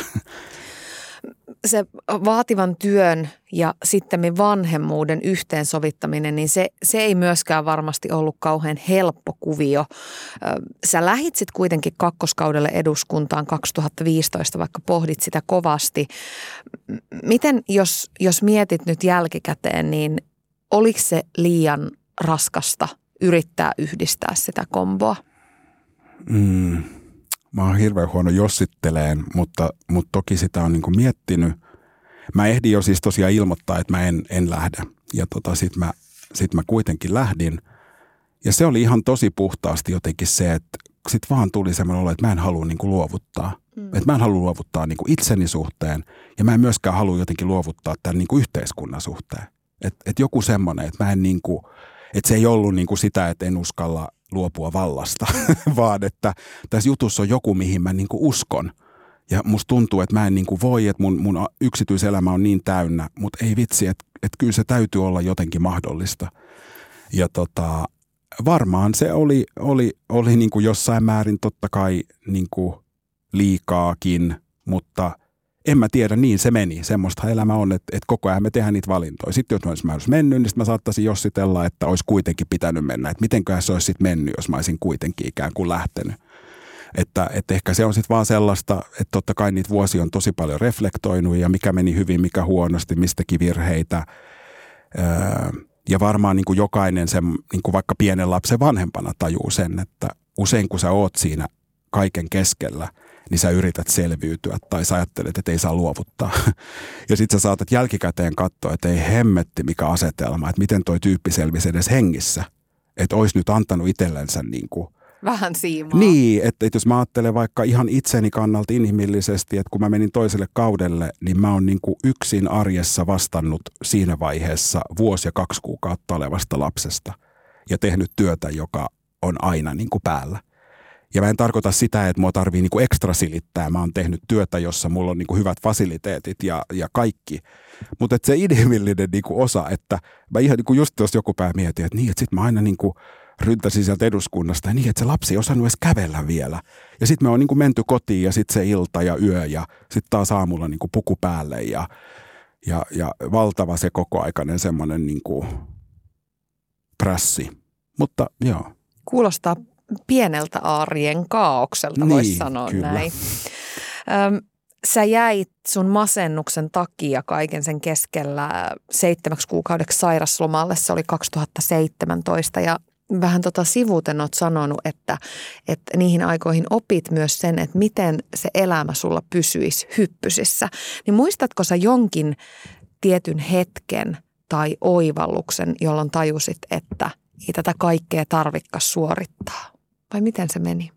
Se vaativan työn ja sitten vanhemmuuden yhteensovittaminen, niin se, se ei myöskään varmasti ollut kauhean helppo kuvio. Sä lähit sitten kuitenkin kakkoskaudelle eduskuntaan kaksituhattaviisitoista, vaikka pohdit sitä kovasti. Miten, jos, jos mietit nyt jälkikäteen, niin oliko se liian raskasta yrittää yhdistää sitä komboa? Mm. Mä oon hirveän huono jossitteleen, mutta, mutta toki sitä on niin kuin miettinyt. Mä ehdin jo siis tosiaan ilmoittaa, että mä en, en lähde. Ja tota, sit mä, sit mä kuitenkin lähdin. Ja se oli ihan tosi puhtaasti jotenkin se, että sit vaan tuli semmoinen olo, että mä en halua niin kuin luovuttaa. Mm. Että mä en halua luovuttaa niin kuin itseni suhteen. Ja mä en myöskään halua jotenkin luovuttaa tämän niin kuin yhteiskunnan suhteen. Että et joku semmoinen, että mä en niin kuin, että se ei ollut niin kuin sitä, että en uskalla luopua vallasta, vaan että tässä jutussa on joku, mihin mä niin kuin uskon. Ja musta tuntuu, että mä en niin kuin voi, että mun, mun yksityiselämä on niin täynnä, mutta ei vitsi, että, että kyllä se täytyy olla jotenkin mahdollista. Ja tota, varmaan se oli, oli, oli niin kuin jossain määrin totta kai niin kuin liikaakin, mutta en mä tiedä, niin se meni. Semmoista elämä on, että, että koko ajan me tehdään niitä valintoja. Sitten jos mä olisin mennyt, niin mä saattaisin jossitella, että olisi kuitenkin pitänyt mennä. Että mitenköhän se olisi sitten mennyt, jos mä olisin kuitenkin ikään kuin lähtenyt. Että, että ehkä se on sitten vaan sellaista, että totta kai niitä vuosia on tosi paljon reflektoinut ja mikä meni hyvin, mikä huonosti, mistäkin virheitä. Öö, ja varmaan niin kuin jokainen sen, niin kuin vaikka pienen lapsen vanhempana tajuu sen, että usein kun sä oot siinä kaiken keskellä, niin sä yrität selviytyä tai sä ajattelet, että ei saa luovuttaa. Ja sit sä saatat jälkikäteen katsoa, että ei hemmetti mikä asetelma, että miten toi tyyppi selvisi edes hengissä. Että olisi nyt antanut itsellensä niin kuin vähän siimaa. Niin, että, että jos mä ajattelen vaikka ihan itseni kannalta inhimillisesti, että kun mä menin toiselle kaudelle, niin mä oon niin kuin yksin arjessa vastannut siinä vaiheessa vuosi ja kaksi kuukautta olevasta lapsesta ja tehnyt työtä, joka on aina niin kuin päällä. Ja mä en tarkoita sitä, että mua tarvii niinku ekstra silittää. Mä oon tehnyt työtä, jossa mulla on niinku hyvät fasiliteetit ja, ja kaikki. Mutta se inhimillinen niinku osa, että mä ihan niinku just tuossa joku päivä mietin, että niin, että sit mä aina niinku ryntäsin sieltä eduskunnasta ja niin, että se lapsi ei osannut edes kävellä vielä. Ja sit me on niinku menty kotiin ja sit se ilta ja yö ja sit taas aamulla niinku puku päälle ja, ja, ja valtava se kokoaikainen semmoinen niinku prässi. Mutta joo. Kuulostaa pieneltä arjen kaaokselta, voisi niin, sanoa kyllä. näin. Öm, sä jäit sun masennuksen takia kaiken sen keskellä seitsemäksi kuukaudeksi sairaslomalle. Se oli kaksituhattaseitsemäntoista ja vähän tota sivuten oot sanonut, että, että niihin aikoihin opit myös sen, että miten se elämä sulla pysyisi hyppysissä. Niin muistatko sä jonkin tietyn hetken tai oivalluksen, jolloin tajusit, että ei tätä kaikkea tarvikas suorittaa? Vai miten se meni?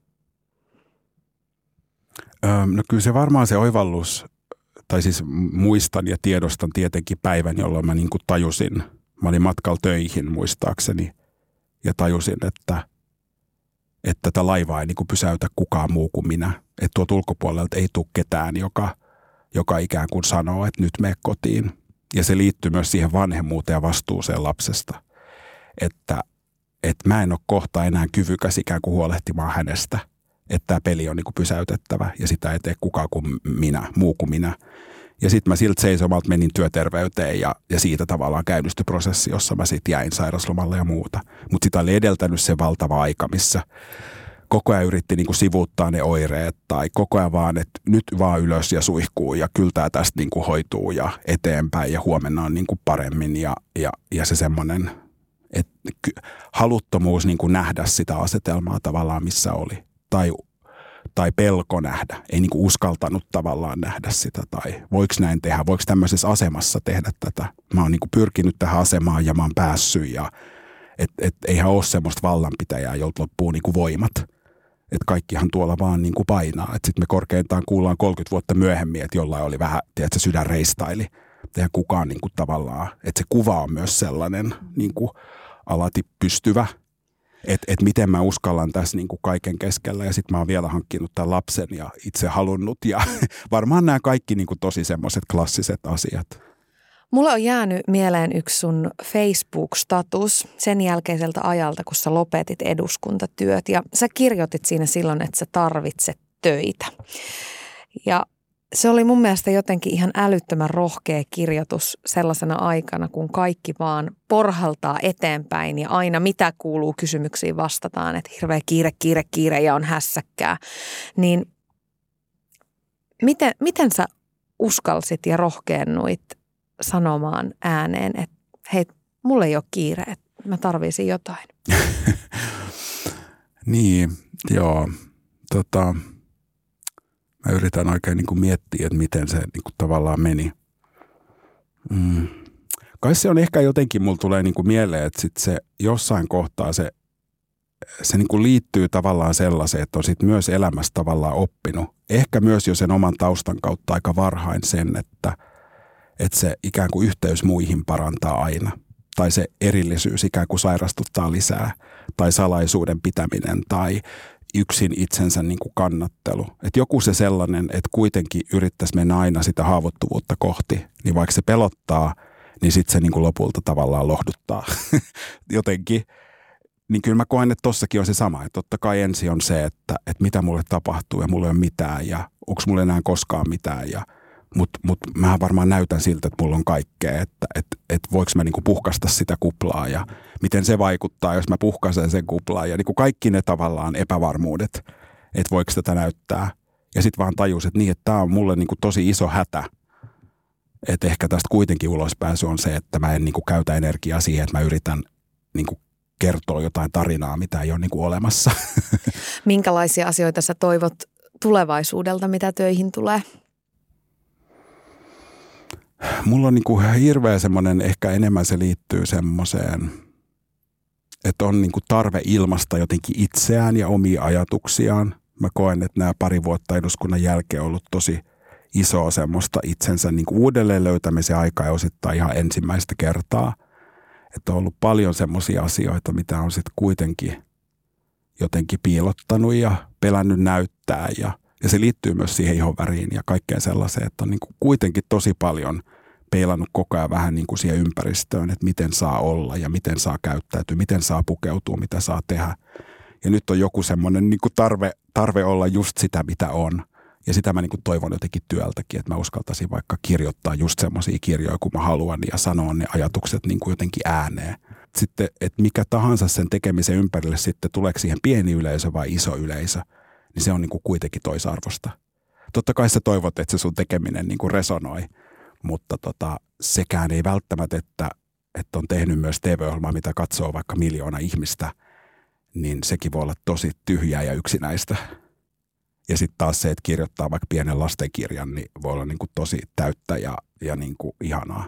Öö, no kyllä se varmaan se oivallus, tai siis muistan ja tiedostan tietenkin päivän, jolloin mä niin kuin tajusin, mä olin matkalla töihin muistaakseni, ja tajusin, että, että tätä laivaa ei niin kuin pysäytä kukaan muu kuin minä. Että tuolta ulkopuolelta ei tule ketään, joka, joka ikään kuin sanoo, että nyt mene kotiin. Ja se liittyy myös siihen vanhemmuuteen ja vastuuseen lapsesta, että että mä en ole kohta enää kyvykäs ikään kuin huolehtimaan hänestä, että tämä peli on niin kuin pysäytettävä ja sitä ei tee kukaan kuin minä, muu kuin minä. Ja sitten mä siltä seisomalta menin työterveyteen ja, ja siitä tavallaan käynnistyi prosessi, jossa mä sitten jäin sairaslomalle ja muuta. Mutta sitä oli edeltänyt se valtava aika, missä koko ajan yritti niin kuin sivuuttaa ne oireet tai koko ajan vaan, että nyt vaan ylös ja suihkuu ja kyllä tämä tästä niin kuin hoituu ja eteenpäin ja huomenna on niin kuin paremmin ja, ja, ja se semmoinen että haluttomuus niin kuin nähdä sitä asetelmaa tavallaan, missä oli. Tai, tai pelko nähdä. Ei niin kuin uskaltanut tavallaan nähdä sitä. Tai voiko näin tehdä? Voiko tämmöisessä asemassa tehdä tätä? Mä oon niin kuin pyrkinyt tähän asemaan ja mä oon päässyt. Ja, et, et, eihän ole semmoista vallanpitäjää, jolta loppuu niin kuin voimat. Että kaikkihan tuolla vaan niin kuin painaa. Että sitten me korkeintaan kuullaan kolmekymmentä vuotta myöhemmin, että jollain oli vähän, tiedätkö, sydän reistaili. Eihän kukaan niin kuin tavallaan, että se kuva on myös sellainen niin kuin alati pystyvä, että et miten mä uskallan tässä niin kuin kaiken keskellä ja sitten mä oon vielä hankkinut tämän lapsen ja itse halunnut ja varmaan nämä kaikki niin kuin tosi semmoiset klassiset asiat. Mulle on jäänyt mieleen yksi sun Facebook-status sen jälkeiseltä ajalta, kun sä lopetit eduskuntatyöt. Ja sä kirjoitit siinä silloin, että sä tarvitset töitä. Ja se oli mun mielestä jotenkin ihan älyttömän rohkea kirjoitus sellaisena aikana, kun kaikki vaan porhaltaa eteenpäin ja aina mitä kuuluu kysymyksiin vastataan, että hirveä kiire, kiire, kiire ja on hässäkkää. Niin miten, miten sä uskalsit ja rohkeennuit sanomaan ääneen, että hei, mulla ei ole kiire, että mä tarvisin jotain? Niin, joo. Tota, mä yritän oikein niin kuin miettiä, että miten se niin kuin tavallaan meni. Mm. Kai se on ehkä jotenkin, mulla tulee niin kuin mieleen, että sit se jossain kohtaa se, se niin kuin liittyy tavallaan sellaiseen, että on sit myös elämässä tavallaan oppinut. Ehkä myös jo sen oman taustan kautta aika varhain sen, että, että se ikään kuin yhteys muihin parantaa aina. Tai se erillisyys ikään kuin sairastuttaa lisää. Tai salaisuuden pitäminen tai yksin itsensä niin kuin kannattelu. Että joku se sellainen, että kuitenkin yrittäisi mennä aina sitä haavoittuvuutta kohti, niin vaikka se pelottaa, niin sitten se niin kuin lopulta tavallaan lohduttaa jotenkin. Niin kyllä mä koen, että tossakin on se sama. Että totta kai ensi on se, että, että mitä mulle tapahtuu ja mulla ei ole mitään ja onko mulla enää koskaan mitään. Mutta mut mä varmaan näytän siltä, että mulla on kaikkea, että et, et voiko mä niinku puhkaista sitä kuplaa ja miten se vaikuttaa, jos mä puhkaisen sen kuplaa. Ja niinku kaikki ne tavallaan epävarmuudet, että voiko tätä näyttää. Ja sitten vaan tajus, että niin, että tämä on mulle niinku tosi iso hätä. Että ehkä tästä kuitenkin ulospääsy on se, että mä en niinku käytä energiaa siihen, että mä yritän niinku kertoa jotain tarinaa, mitä ei ole niinku olemassa. Minkälaisia asioita sä toivot tulevaisuudelta, mitä töihin tulee? Mulla on niinku hirveä semmoinen, ehkä enemmän se liittyy semmoiseen, että on niinku tarve ilmaista jotenkin itseään ja omia ajatuksiaan. Mä koen, että nämä pari vuotta eduskunnan jälkeen on ollut tosi isoa semmoista itsensä niinku uudelleen löytämisen aikaa ja osittain ihan ensimmäistä kertaa. Että on ollut paljon semmoisia asioita, mitä on sitten kuitenkin jotenkin piilottanut ja pelännyt näyttää ja Ja se liittyy myös siihen ihonväriin ja kaikkeen sellaiseen, että on niin kuin kuitenkin tosi paljon peilannut koko ajan vähän niin kuin siihen ympäristöön, että miten saa olla ja miten saa käyttäytyä, miten saa pukeutua, mitä saa tehdä. Ja nyt on joku semmoinen niin kuin tarve, tarve olla just sitä, mitä on. Ja sitä mä niin kuin toivon jotenkin työltäkin, että mä uskaltaisin vaikka kirjoittaa just semmoisia kirjoja, kun mä haluan ja sanoa ne ajatukset niin kuin jotenkin ääneen. Sitten, että mikä tahansa sen tekemisen ympärille sitten, tuleeko siihen pieni yleisö vai iso yleisö, niin se on niin kuin kuitenkin toisarvosta. Totta kai sä toivot, että se sun tekeminen niin kuin resonoi, mutta tota, sekään ei välttämättä, että, että on tehnyt myös T V-ohjelmaa, mitä katsoo vaikka miljoona ihmistä, niin sekin voi olla tosi tyhjää ja yksinäistä. Ja sitten taas se, että kirjoittaa vaikka pienen lastenkirjan, niin voi olla niin kuin tosi täyttä ja, ja niin kuin ihanaa.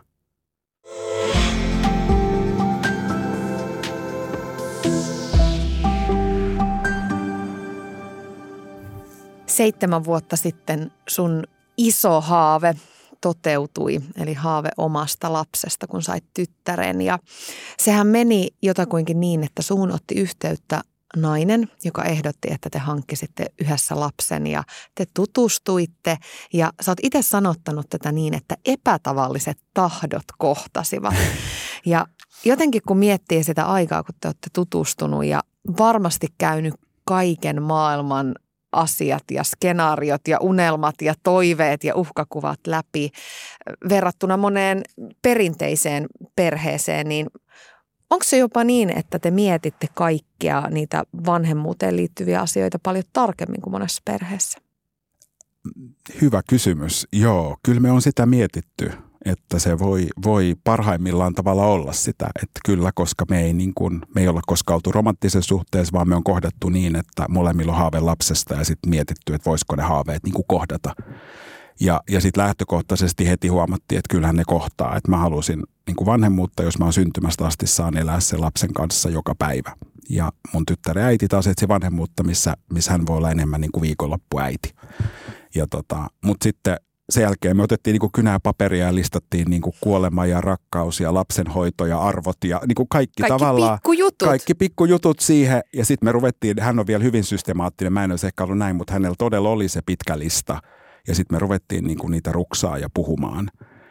Seitsemän vuotta sitten sun iso haave toteutui, eli haave omasta lapsesta, kun sait tyttären. Ja sehän meni jotakuinkin niin, että suhun otti yhteyttä nainen, joka ehdotti, että te hankkisitte yhdessä lapsen ja te tutustuitte. Ja sä oot itse sanottanut tätä niin, että epätavalliset tahdot kohtasivat. Ja jotenkin kun miettii sitä aikaa, kun te olette tutustunut ja varmasti käynyt kaiken maailman asiat ja skenaariot ja unelmat ja toiveet ja uhkakuvat läpi verrattuna moneen perinteiseen perheeseen, niin onko se jopa niin, että te mietitte kaikkia niitä vanhemmuuteen liittyviä asioita paljon tarkemmin kuin monessa perheessä? Hyvä kysymys. Joo, kyllä me on sitä mietitty, että se voi, voi parhaimmillaan tavalla olla sitä, että kyllä, koska me ei, niin kuin, me ei olla koskaan oltu romanttisessa suhteessa, vaan me on kohdattu niin, että molemmilla on haave lapsesta ja sitten mietitty, että voisiko ne haaveet niin kuin kohdata. Ja, ja sitten lähtökohtaisesti heti huomattiin, että kyllähän ne kohtaa, että mä halusin niin kuin vanhemmuutta, jos mä oon syntymästä asti saan elää sen lapsen kanssa joka päivä. Ja mun tyttären äiti taas etsi vanhemmuutta, missä, missä hän voi olla enemmän niin kuin viikonloppuäiti. Ja tota, mutta sitten sen jälkeen me otettiin niin kuin kynää paperia ja listattiin niin kuin kuolema ja rakkaus ja lapsenhoito ja arvot ja niin kuin kaikki, kaikki tavallaan. Pikkujutut. Kaikki pikkujutut siihen. Ja sitten me ruvettiin, hän on vielä hyvin systemaattinen, mä en olisi ehkä ollut näin, mutta hänellä todella oli se pitkä lista. Ja sitten me ruvettiin niin kuin niitä ruksaa ja puhumaan.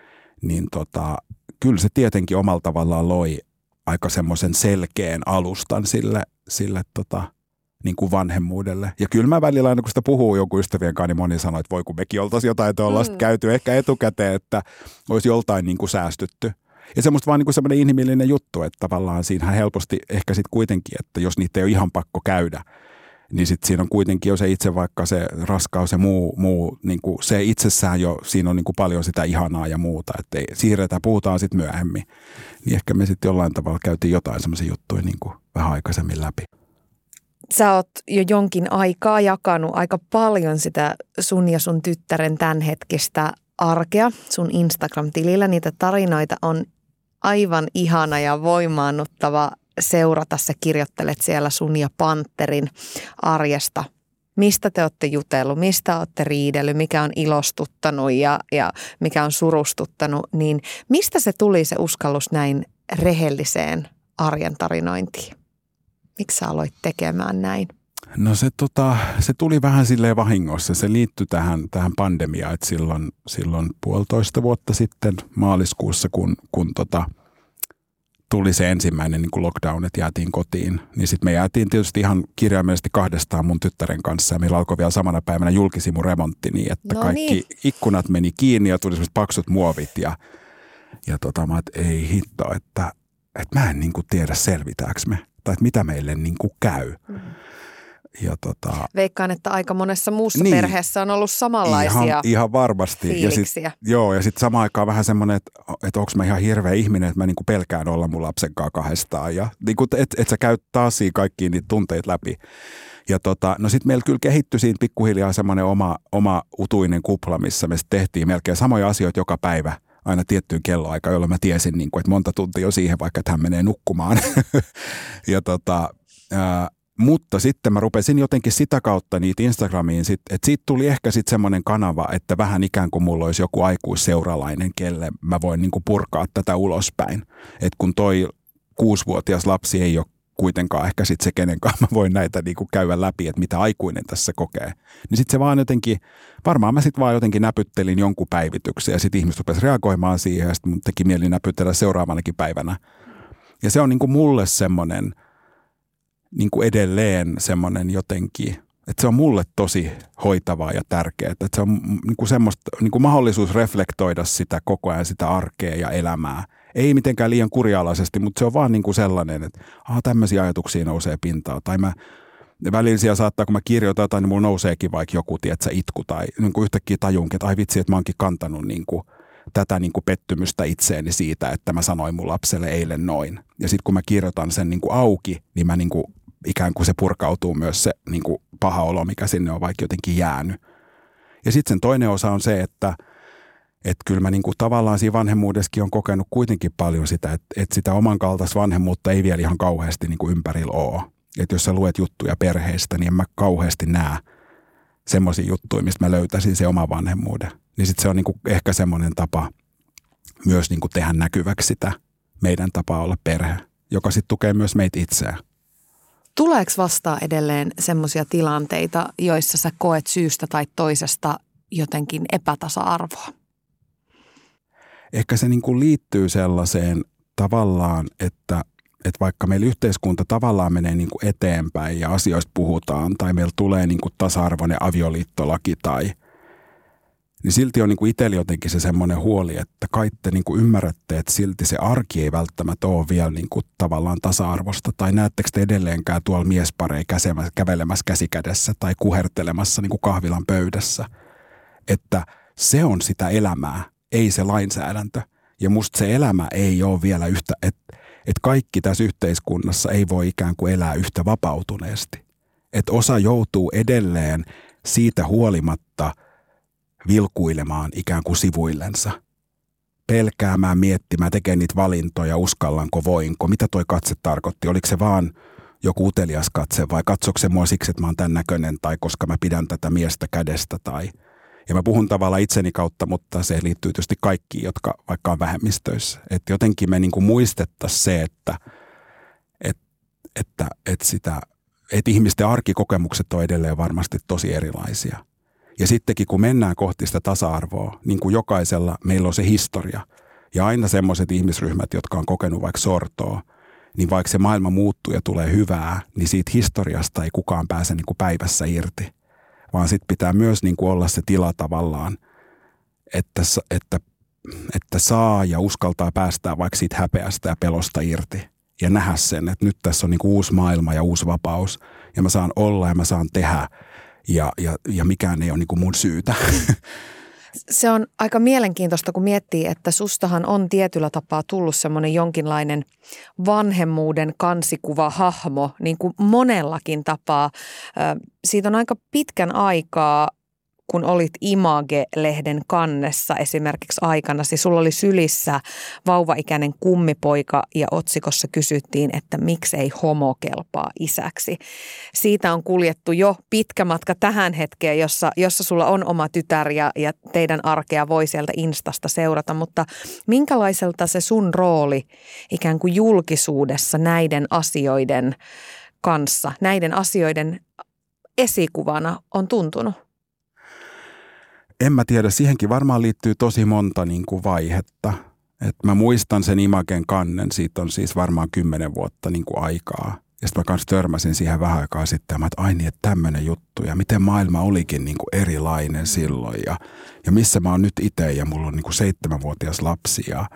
niin tota, kyllä se tietenkin omalla tavallaan loi aika semmoisen selkeän alustan sille, sille tota, niin kuin vanhemmuudelle. Ja kyllä mä välillä aina, kun sitä puhuu jonkun ystävien kanssa, niin moni sanoo, että voi kun mekin oltaisiin jotain tuollaista mm. käyty ehkä etukäteen, että olisi joltain niin kuin säästytty. Ja semmoista vaan niin kuin semmoinen inhimillinen juttu, että tavallaan siinähän helposti ehkä sitten kuitenkin, että jos niitä ei ole ihan pakko käydä, niin sitten siinä on kuitenkin jo se itse vaikka se raskaus ja muu, muu niin kuin se itsessään jo, siinä on niin kuin paljon sitä ihanaa ja muuta, että ei, siirretään, puhutaan sitten myöhemmin. Niin ehkä me sitten jollain tavalla käytiin jotain semmoisia juttuja niin kuin vähän aikaisemmin läpi. Sä oot jo jonkin aikaa jakanut aika paljon sitä sun ja sun tyttären tämänhetkistä arkea sun Instagram-tilillä. Niitä tarinoita on aivan ihana ja voimaannuttava seurata. Sä kirjoittelet siellä sun ja Panterin arjesta. Mistä te olette jutellut, mistä olette riidellyt, mikä on ilostuttanut ja, ja mikä on surustuttanut. Niin mistä se tuli se uskallus näin rehelliseen arjen tarinointiin? Miksi sä aloit tekemään näin? No se, tota, se tuli vähän silleen vahingossa. Se liittyi tähän, tähän pandemiaan, että silloin, silloin puolitoista vuotta sitten maaliskuussa, kun, kun tota, tuli se ensimmäinen niin kuin lockdown, että jäätiin kotiin. Niin sitten me jäätiin tietysti ihan kirjaimellisesti kahdestaan mun tyttären kanssa. Ja meillä alkoi vielä samana päivänä julkisimuremontti niin, että no kaikki niin. ikkunat meni kiinni ja tuli sellaiset paksut muovit. Ja, ja tota, mä et, ei hitto, että, että mä en niin kuin tiedä selvitäänkö me. Tai että mitä meille niin kuin käy. Mm. Ja tota, veikkaan, että aika monessa muussa niin, perheessä on ollut samanlaisia ihan, ihan varmasti. fiiliksiä. Ja sit, joo, ja sitten samaan aikaan vähän semmoinen, että, että onko mä ihan hirveä ihminen, että mä niinku pelkään olla mun lapsen kanssa kahdestaan. Ja niinku, että et sä käyt taas siinä kaikkiin niitä tunteita läpi. Ja tota, no sitten meillä kyllä kehittyi siinä pikkuhiljaa semmoinen oma, oma utuinen kupla, missä me tehtiin melkein samoja asioita joka päivä. Aina tiettyyn kelloaikaan, jolloin mä tiesin, niin kuin, että monta tuntia on siihen, vaikka että hän menee nukkumaan. ja tota, ää, mutta sitten mä rupesin jotenkin sitä kautta niitä Instagramiin, sit, että siitä tuli ehkä sitten semmoinen kanava, että vähän ikään kuin mulla olisi joku aikuisseuralainen, kelle mä voin niin kuin purkaa tätä ulospäin. Että kun toi kuusivuotias lapsi ei ole kuitenkaan ehkä sitten se, kenen kanssa mä voin näitä niin kuin käydä läpi, että mitä aikuinen tässä kokee. Niin sitten se vaan jotenkin, varmaan mä sitten vaan jotenkin näpyttelin jonkun päivityksen ja sitten ihmiset rupesi reagoimaan siihen ja sitten mun teki mieli näpyttellä seuraavanakin päivänä. Ja se on niin kuin mulle semmoinen, niin kuin edelleen semmoinen jotenkin, että se on mulle tosi hoitavaa ja tärkeää. Että se on niin kuin semmoista, niin kuin mahdollisuus reflektoida sitä koko ajan, sitä arkea ja elämää. Ei mitenkään liian kurialaisesti, mutta se on vaan niin kuin sellainen, että aha, tämmöisiä ajatuksia nousee pintaan. Tai mä välillä siellä saattaa, kun mä kirjoitan jotain, niin mulla nouseekin vaikka joku, tietsä, itku tai niin kuin yhtäkkiä tajunkin, että ai vitsi, että mä oonkin kantanut niin kuin tätä niin kuin pettymystä itseeni siitä, että mä sanoin mun lapselle eilen noin. Ja sitten kun mä kirjoitan sen niin kuin auki, niin mä niin kuin ikään kuin se purkautuu myös se niin kuin paha olo, mikä sinne on vaikka jotenkin jäänyt. Ja sitten sen toinen osa on se, että että kyllä mä niin kuin tavallaan siinä vanhemmuudessakin on kokenut kuitenkin paljon sitä, että, että sitä oman kaltaista vanhemmuutta ei vielä ihan kauheasti niin kuin ympärillä ole. Että jos sä luet juttuja perheistä, niin en mä kauheasti näe semmoisia juttuja, mistä mä löytäisin se oma vanhemmuuden. Niin sitten se on niin kuin ehkä semmoinen tapa myös niin kuin tehdä näkyväksi sitä meidän tapaa olla perhe, joka sitten tukee myös meitä itseään. Tuleeko vastaan edelleen semmoisia tilanteita, joissa sä koet syystä tai toisesta jotenkin epätasa-arvoa? Ehkä se niin kuin liittyy sellaiseen tavallaan, että, että vaikka meillä yhteiskunta tavallaan menee niin kuin eteenpäin ja asioista puhutaan tai meillä tulee niin kuin tasa-arvoinen avioliittolaki tai, niin silti on niin kuin itsellä jotenkin se semmoinen huoli, että kai te niin kuin ymmärrätte, että silti se arki ei välttämättä ole vielä niin kuin tavallaan tasa-arvosta tai näettekö te edelleenkään tuolla miespareja kävelemässä käsikädessä tai kuhertelemassa niin kuin kahvilan pöydässä, että se on sitä elämää. Ei se lainsäädäntö. Ja musta se elämä ei ole vielä yhtä, että et kaikki tässä yhteiskunnassa ei voi ikään kuin elää yhtä vapautuneesti. Että osa joutuu edelleen siitä huolimatta vilkuilemaan ikään kuin sivuillensa. Pelkäämään, miettimään, tekemään niitä valintoja, uskallanko, voinko, mitä toi katse tarkoitti. Oliko se vaan joku utelias katse vai katsoiko se mua siksi, että mä oon tämän näköinen tai koska mä pidän tätä miestä kädestä tai... Ja mä puhun tavallaan itseni kautta, mutta se liittyy tietysti kaikkiin, jotka vaikka on vähemmistöissä. Että jotenkin me niin kuin muistettaisiin se, että, että, että, että, sitä, että ihmisten arkikokemukset on edelleen varmasti tosi erilaisia. Ja sittenkin kun mennään kohti sitä tasa-arvoa, niin kuin jokaisella meillä on se historia. Ja aina semmoiset ihmisryhmät, jotka on kokenut vaikka sortoa, niin vaikka se maailma muuttuu ja tulee hyvää, niin siitä historiasta ei kukaan pääse niin kuin päivässä irti. Vaan sitten pitää myös niin kuin olla se tila tavallaan, että, että, että saa ja uskaltaa päästää vaikka siitä häpeästä ja pelosta irti. Ja nähdä sen, että nyt tässä on niin kuin uusi maailma ja uusi vapaus. Ja mä saan olla ja mä saan tehdä ja, ja, ja mikään ei ole niin kuin mun syytä. Se on aika mielenkiintoista, kun miettii, että sustahan on tietyllä tapaa tullut semmoinen jonkinlainen vanhemmuuden kansikuva hahmo, niin kuin monellakin tapaa. Siitä on aika pitkän aikaa, kun olit Image-lehden kannessa esimerkiksi aikanasi. Sulla oli sylissä vauvaikäinen kummipoika ja otsikossa kysyttiin, että miksei homo kelpaa isäksi. Siitä on kuljettu jo pitkä matka tähän hetkeen, jossa, jossa sulla on oma tytär ja, ja teidän arkea voi sieltä Instasta seurata. Mutta minkälaiselta se sun rooli ikään kuin julkisuudessa näiden asioiden kanssa, näiden asioiden esikuvana on tuntunut? En mä tiedä, siihenkin varmaan liittyy tosi monta niin kuin vaihetta. Et mä muistan sen Imagen kannen, siitä on siis varmaan kymmenen vuotta niin kuin aikaa. Ja sitten mä kanssa törmäsin siihen vähän aikaa sitten, että ai niin, että tämmöinen juttu ja miten maailma olikin niin kuin erilainen silloin. Ja, ja missä mä oon nyt itse ja mulla on niin kuin seitsemänvuotias lapsi ja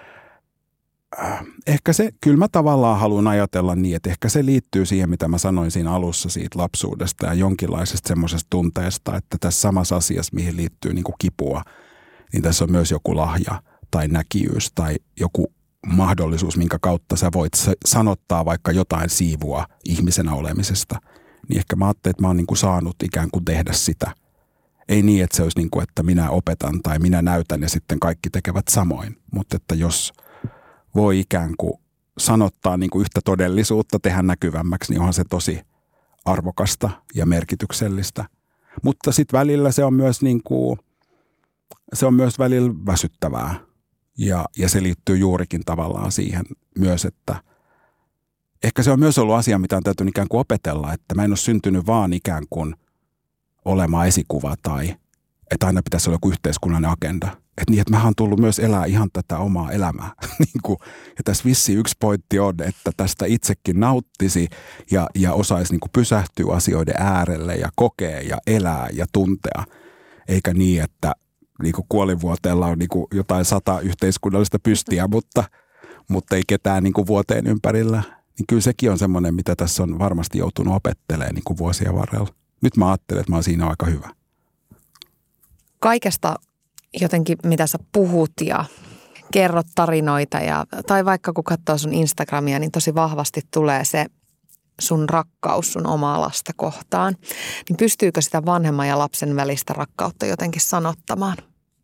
ehkä se, kyllä mä tavallaan haluan ajatella niin, että ehkä se liittyy siihen, mitä mä sanoin siinä alussa siitä lapsuudesta ja jonkinlaisesta semmoisesta tunteesta, että tässä samassa asiassa, mihin liittyy niin kuin kipua, niin tässä on myös joku lahja tai näkijyys tai joku mahdollisuus, minkä kautta sä voit sanottaa vaikka jotain siivua ihmisenä olemisesta. Niin ehkä mä ajattelin, että mä oon niin kuin saanut ikään kuin tehdä sitä. Ei niin, että se olisi niin kuin, että minä opetan tai minä näytän ja sitten kaikki tekevät samoin, mutta että jos voi ikään kuin sanottaa niin kuin yhtä todellisuutta, tehdä näkyvämmäksi, niin onhan se tosi arvokasta ja merkityksellistä. Mutta sitten välillä se on myös niin kuin, se on myös välillä väsyttävää ja, ja se liittyy juurikin tavallaan siihen myös, että ehkä se on myös ollut asia, mitä on täytynyt ikään kuin opetella, että mä en ole syntynyt vaan ikään kuin olemaan esikuva tai että aina pitäisi olla joku yhteiskunnallinen agenda. Että niin, että mähän on tullut myös elää ihan tätä omaa elämää. Ja tässä vissi yksi pointti on, että tästä itsekin nauttisi ja, ja osaisi niin kuin pysähtyä asioiden äärelle ja kokea ja elää ja tuntea. Eikä niin, että niin kuin kuolinvuoteella on niin kuin jotain sata yhteiskunnallista pystiä, mutta, mutta ei ketään niin kuin vuoteen ympärillä. Niin kyllä sekin on semmoinen, mitä tässä on varmasti joutunut opettelemaan niin kuin vuosien varrella. Nyt mä ajattelen, että mä oon siinä aika hyvä. Kaikesta jotenkin, mitä sä puhut ja kerrot tarinoita ja, tai vaikka kun katsoo sun Instagramia, niin tosi vahvasti tulee se sun rakkaus sun omaa lasta kohtaan. Niin pystyykö sitä vanhemman ja lapsen välistä rakkautta jotenkin sanottamaan?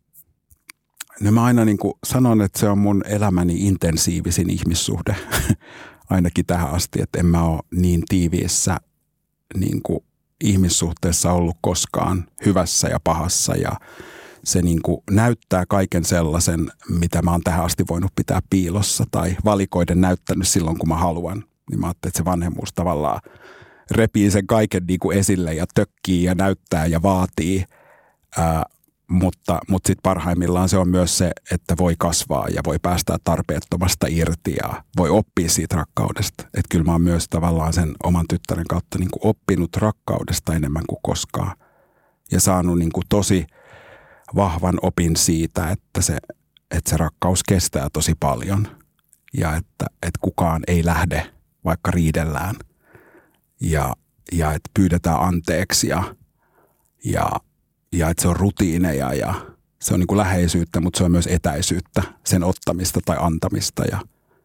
No mä aina niin kuin sanon, että se on mun elämäni intensiivisin ihmissuhde, ainakin tähän asti, että en mä ole niin tiiviissä niin kuin ihmissuhteessa ollut koskaan hyvässä ja pahassa ja se niin kuin näyttää kaiken sellaisen, mitä mä oon tähän asti voinut pitää piilossa tai valikoiden näyttänyt silloin, kun mä haluan. Niin mä ajattelin, että se vanhemmuus tavallaan repii sen kaiken niin kuin esille ja tökkii ja näyttää ja vaatii. Ää, mutta mutta sitten parhaimmillaan se on myös se, että voi kasvaa ja voi päästää tarpeettomasta irti ja voi oppia siitä rakkaudesta. Että kyllä mä oon myös tavallaan sen oman tyttären kautta niin kuin oppinut rakkaudesta enemmän kuin koskaan. Ja saanut niin kuin tosi vahvan opin siitä, että se, että se rakkaus kestää tosi paljon. Ja että, että kukaan ei lähde, vaikka riidellään. Ja, ja että pyydetään anteeksi ja, ja Ja että se on rutiineja ja se on niin kuin läheisyyttä, mutta se on myös etäisyyttä, sen ottamista tai antamista. Ja,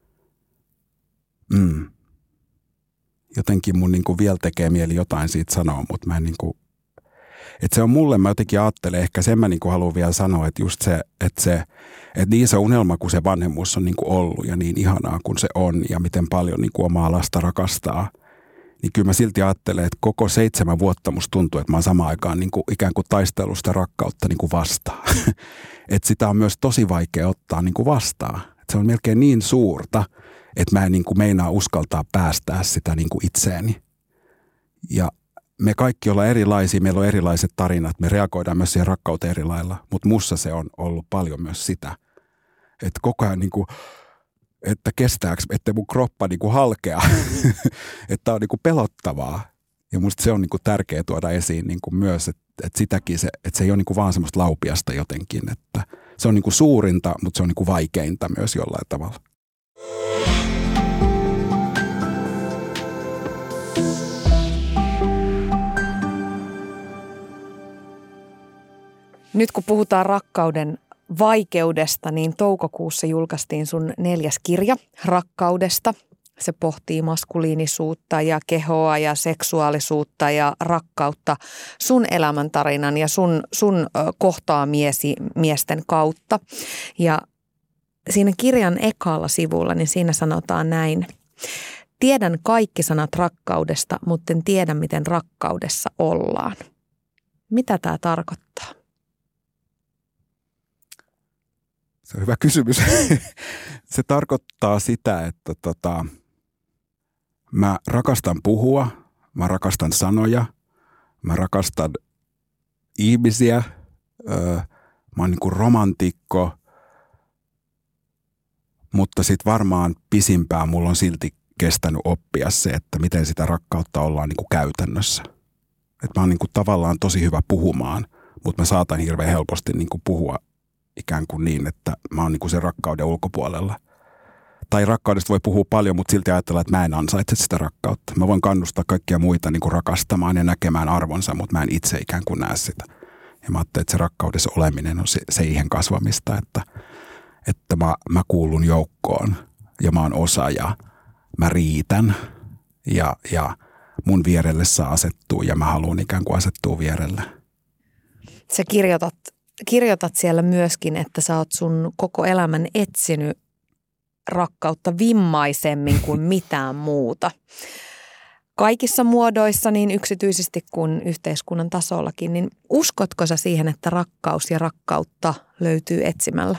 mm, jotenkin mun niin kuin vielä tekee mieli jotain siitä sanoa, mutta mä en niin kuin, että se on mulle, mä jotenkin ajattelen, ehkä sen mä niin kuin haluan vielä sanoa, että just se, että se, että niin se unelma, kun se vanhemmuus on niin kuin ollut ja niin ihanaa kuin se on ja miten paljon niin kuin omaa lasta rakastaa, niin kyllä mä silti ajattelen, että koko seitsemän vuotta musta tuntuu, että mä oon samaan aikaan niin kuin ikään kuin taistellut sitä rakkautta niin kuin vastaan. Että sitä on myös tosi vaikea ottaa niin kuin vastaan. Et se on melkein niin suurta, että mä en niin kuin meinaa uskaltaa päästää sitä niin kuin itseeni. Ja me kaikki ollaan erilaisia, meillä on erilaiset tarinat, me reagoidaan myös siihen rakkauteen eri lailla, mutta mussa se on ollut paljon myös sitä, Että koko ajan niin kuin, että kestääkö, että mun kroppa niin kuin halkea. Että on niin kuin pelottavaa. Ja musta se on niin kuin tärkeää tuoda esiin niin kuin myös, että, että sitäkin se, että se ei ole niin kuin vaan semmoista laupiasta jotenkin. Että se on niin kuin suurinta, mutta se on niin kuin vaikeinta myös jollain tavalla. Nyt kun puhutaan rakkauden vaikeudesta, niin toukokuussa julkaistiin sun neljäs kirja Rakkaudesta. Se pohtii maskuliinisuutta ja kehoa ja seksuaalisuutta ja rakkautta sun elämäntarinan ja sun, sun kohtaamiesi miesten kautta. Ja siinä kirjan ekalla sivulla, niin siinä sanotaan näin. Tiedän kaikki sanat rakkaudesta, mutta en tiedä, miten rakkaudessa ollaan. Mitä tämä tarkoittaa? Se on hyvä kysymys. Se tarkoittaa sitä, että tota, mä rakastan puhua, mä rakastan sanoja, mä rakastan ihmisiä, öö, mä oon niin kuin romantikko, mutta sitten varmaan pisimpään mulla on silti kestänyt oppia se, että miten sitä rakkautta ollaan niin kuin käytännössä. Et mä oon niin kuin tavallaan tosi hyvä puhumaan, mutta mä saatan hirveän helposti niin kuin puhua ikään kuin niin, että mä oon niin kuin sen rakkauden ulkopuolella. Tai rakkaudesta voi puhua paljon, mutta silti ajatella, että mä en ansaitse sitä rakkautta. Mä voin kannustaa kaikkia muita niin kuin rakastamaan ja näkemään arvonsa, mutta mä en itse ikään kuin näe sitä. Ja mä ajattelen, että se rakkaudessa oleminen on se, siihen kasvamista, että, että mä, mä kuulun joukkoon ja mä oon osa ja mä riitän ja, ja mun vierelle saa asettua ja mä haluan ikään kuin asettua vierelle. Sä kirjoitat, kirjoitat siellä myöskin, että sä oot sun koko elämän etsinyt rakkautta vimmaisemmin kuin mitään muuta. Kaikissa muodoissa, niin yksityisesti kuin yhteiskunnan tasollakin, niin uskotko sä siihen, että rakkaus ja rakkautta löytyy etsimällä?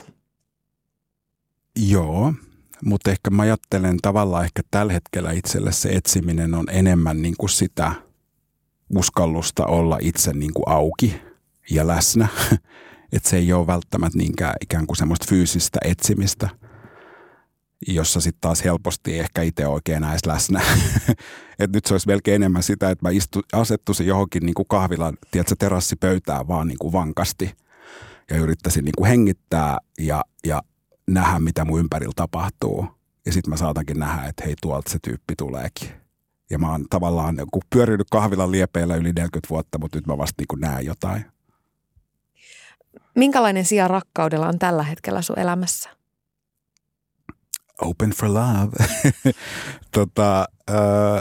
Joo, mutta ehkä mä ajattelen tavallaan ehkä tällä hetkellä itselle se etsiminen on enemmän niin kuin sitä uskallusta olla itse niin kuin auki ja läsnä. Että se ei ole välttämättä niinkään ikään kuin semmoista fyysistä etsimistä, jossa sitten taas helposti ehkä itse oikein edes läsnä. Että nyt se olisi melkein enemmän sitä, että mä istu, asettuisin johonkin niin kuin kahvilan, tiedätkö, terassipöytään vaan niin kuin vankasti ja yrittäisin niin kuin hengittää ja, ja nähdä, mitä mun ympärillä tapahtuu. Ja sitten mä saatankin nähdä, että hei, tuolta se tyyppi tuleekin. Ja mä oon tavallaan pyörinyt kahvilan liepeillä yli neljäkymmentä vuotta, mutta nyt mä vasta niin kuin näen jotain. Minkälainen sija rakkaudella on tällä hetkellä sun elämässä? Open for love. tota, äh,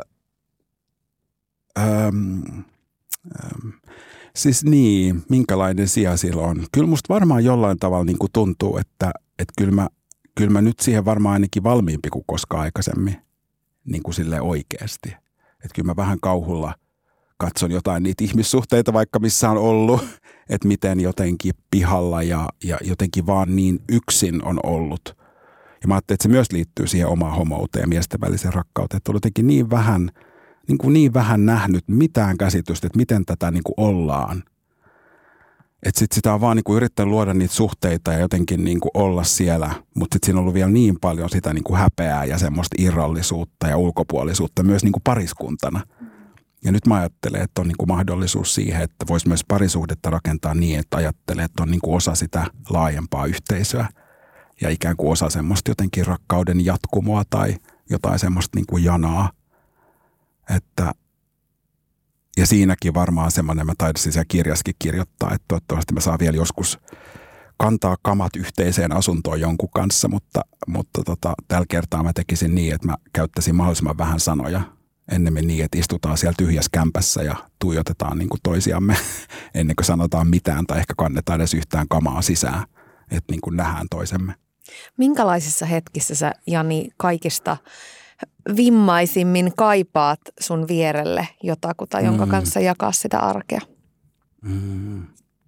ähm, ähm, siis niin, minkälainen sija sillä on? Kyllä musta varmaan jollain tavalla niin kuin tuntuu, että, että kyllä, mä, kyllä mä nyt siihen varmaan ainakin valmiimpi kuin koskaan aikaisemmin, niin kuin silleen oikeasti. Että kyllä mä vähän kauhulla katson jotain niitä ihmissuhteita, vaikka missä on ollut, että miten jotenkin pihalla ja, ja jotenkin vaan niin yksin on ollut. Ja mä ajattelin, että se myös liittyy siihen omaan homouteen ja miesten väliseen rakkauteen. Että on jotenkin niin vähän, niin, kuin niin vähän nähnyt mitään käsitystä, että miten tätä niin kuin ollaan. Että sitten sitä on vaan niin kuin yrittänyt luoda niitä suhteita ja jotenkin niin kuin olla siellä. Mutta sitten siinä on ollut vielä niin paljon sitä niin kuin häpeää ja semmoista irrallisuutta ja ulkopuolisuutta myös niin kuin pariskuntana. Ja nyt mä ajattelen, että on niin kuin mahdollisuus siihen, että voisi myös parisuhdetta rakentaa niin, että ajattelee, että on niin kuin osa sitä laajempaa yhteisöä. Ja ikään kuin osa semmoista jotenkin rakkauden jatkumoa tai jotain semmoista niin kuin janaa. Että, ja siinäkin varmaan semmoinen, mä taisin siellä kirjassakin kirjoittaa, että toivottavasti mä saan vielä joskus kantaa kamat yhteiseen asuntoon jonkun kanssa, mutta, mutta tota, tällä kertaa mä tekisin niin, että mä käyttäisin mahdollisimman vähän sanoja. Ennemmin niin, että istutaan siellä tyhjässä kämpässä ja tuijotetaan niin kuin toisiamme ennen kuin sanotaan mitään tai ehkä kannetaan edes yhtään kamaa sisään, että niin kuin nähdään toisemme. Minkälaisissa hetkissä sä, Jani, kaikista vimmaisimmin kaipaat sun vierelle jotakuta, jonka mm. kanssa jakaa sitä arkea? Mm.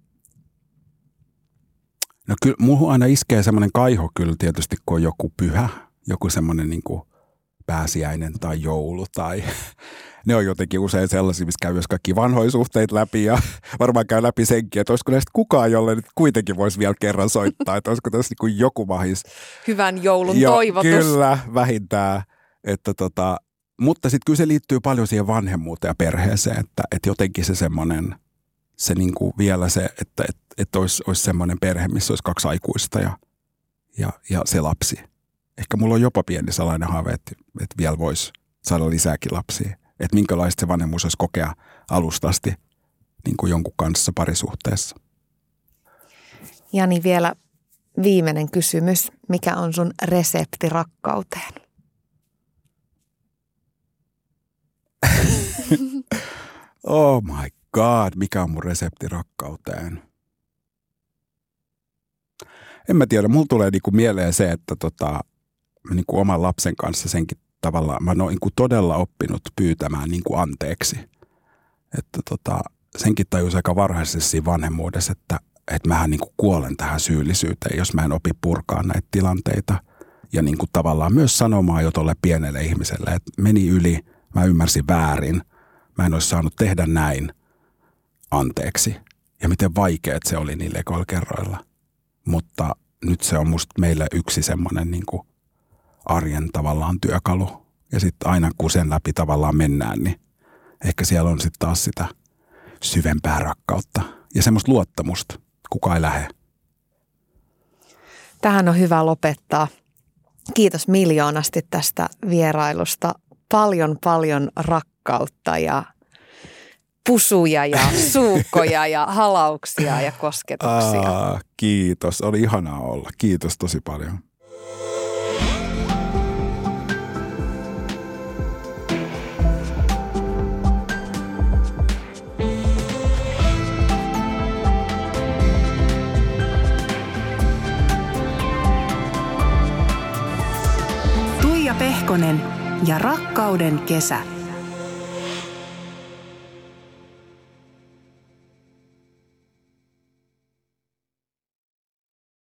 No kyllä muuhun aina iskee semmoinen kaiho kyllä tietysti, kun on joku pyhä, joku semmoinen niin kuin pääsiäinen tai joulu tai ne on jotenkin usein sellaisia, missä käy myös kaikki vanhoja suhteita läpi ja varmaan käy läpi senkin, että olisiko näistä kukaan, jolle nyt kuitenkin voisi vielä kerran soittaa, että olisiko tässä niin kuin joku mahis. Hyvän joulun jo, toivotus. Kyllä, vähintään. Että tota, mutta sitten kyllä se liittyy paljon siihen vanhemmuuteen ja perheeseen, että, että jotenkin se semmoinen, se niin kuin vielä se, että, että, että olisi, olisi semmoinen perhe, missä olisi kaksi aikuista ja, ja, ja se lapsi. Ehkä mulla on jopa pieni salainen haave, että, että vielä voisi saada lisääkin lapsia. Että minkälaista se vanhemmuus olisi kokea alustasti niin kuin jonkun kanssa parisuhteessa. Jani, vielä viimeinen kysymys. Mikä on sun resepti rakkauteen? Oh my god, mikä on mun resepti rakkauteen? En mä tiedä, mulla tulee niinku mieleen se, että tota, niinku oman lapsen kanssa senkin tavallaan, mä oon niinku todella oppinut pyytämään niinku anteeksi. Että tota, senkin tajus aika varhaisessa siinä vanhemmuudessa, että, että mähän niinku kuolen tähän syyllisyyteen, jos mä en opi purkaa näitä tilanteita. Ja niinku tavallaan myös sanomaan jo tolle pienelle ihmiselle, että meni yli, mä ymmärsin väärin, mä en olisi saanut tehdä näin anteeksi. Ja miten vaikeat se oli niillä ekoilla kerroilla. Mutta nyt se on musta meille yksi semmoinen niin kuin arjen tavallaan työkalu. Ja sitten aina kun sen läpi tavallaan mennään, niin ehkä siellä on sitten taas sitä syvempää rakkautta. Ja semmoista luottamusta, kuka ei lähde. Tähän on hyvä lopettaa. Kiitos miljoonasti tästä vierailusta. Paljon, paljon rakkautta ja pusuja ja suukkoja ja halauksia ja kosketuksia. Aa, kiitos. Oli ihanaa olla. Kiitos tosi paljon. Tuija Pehkonen ja Rakkauden kesä.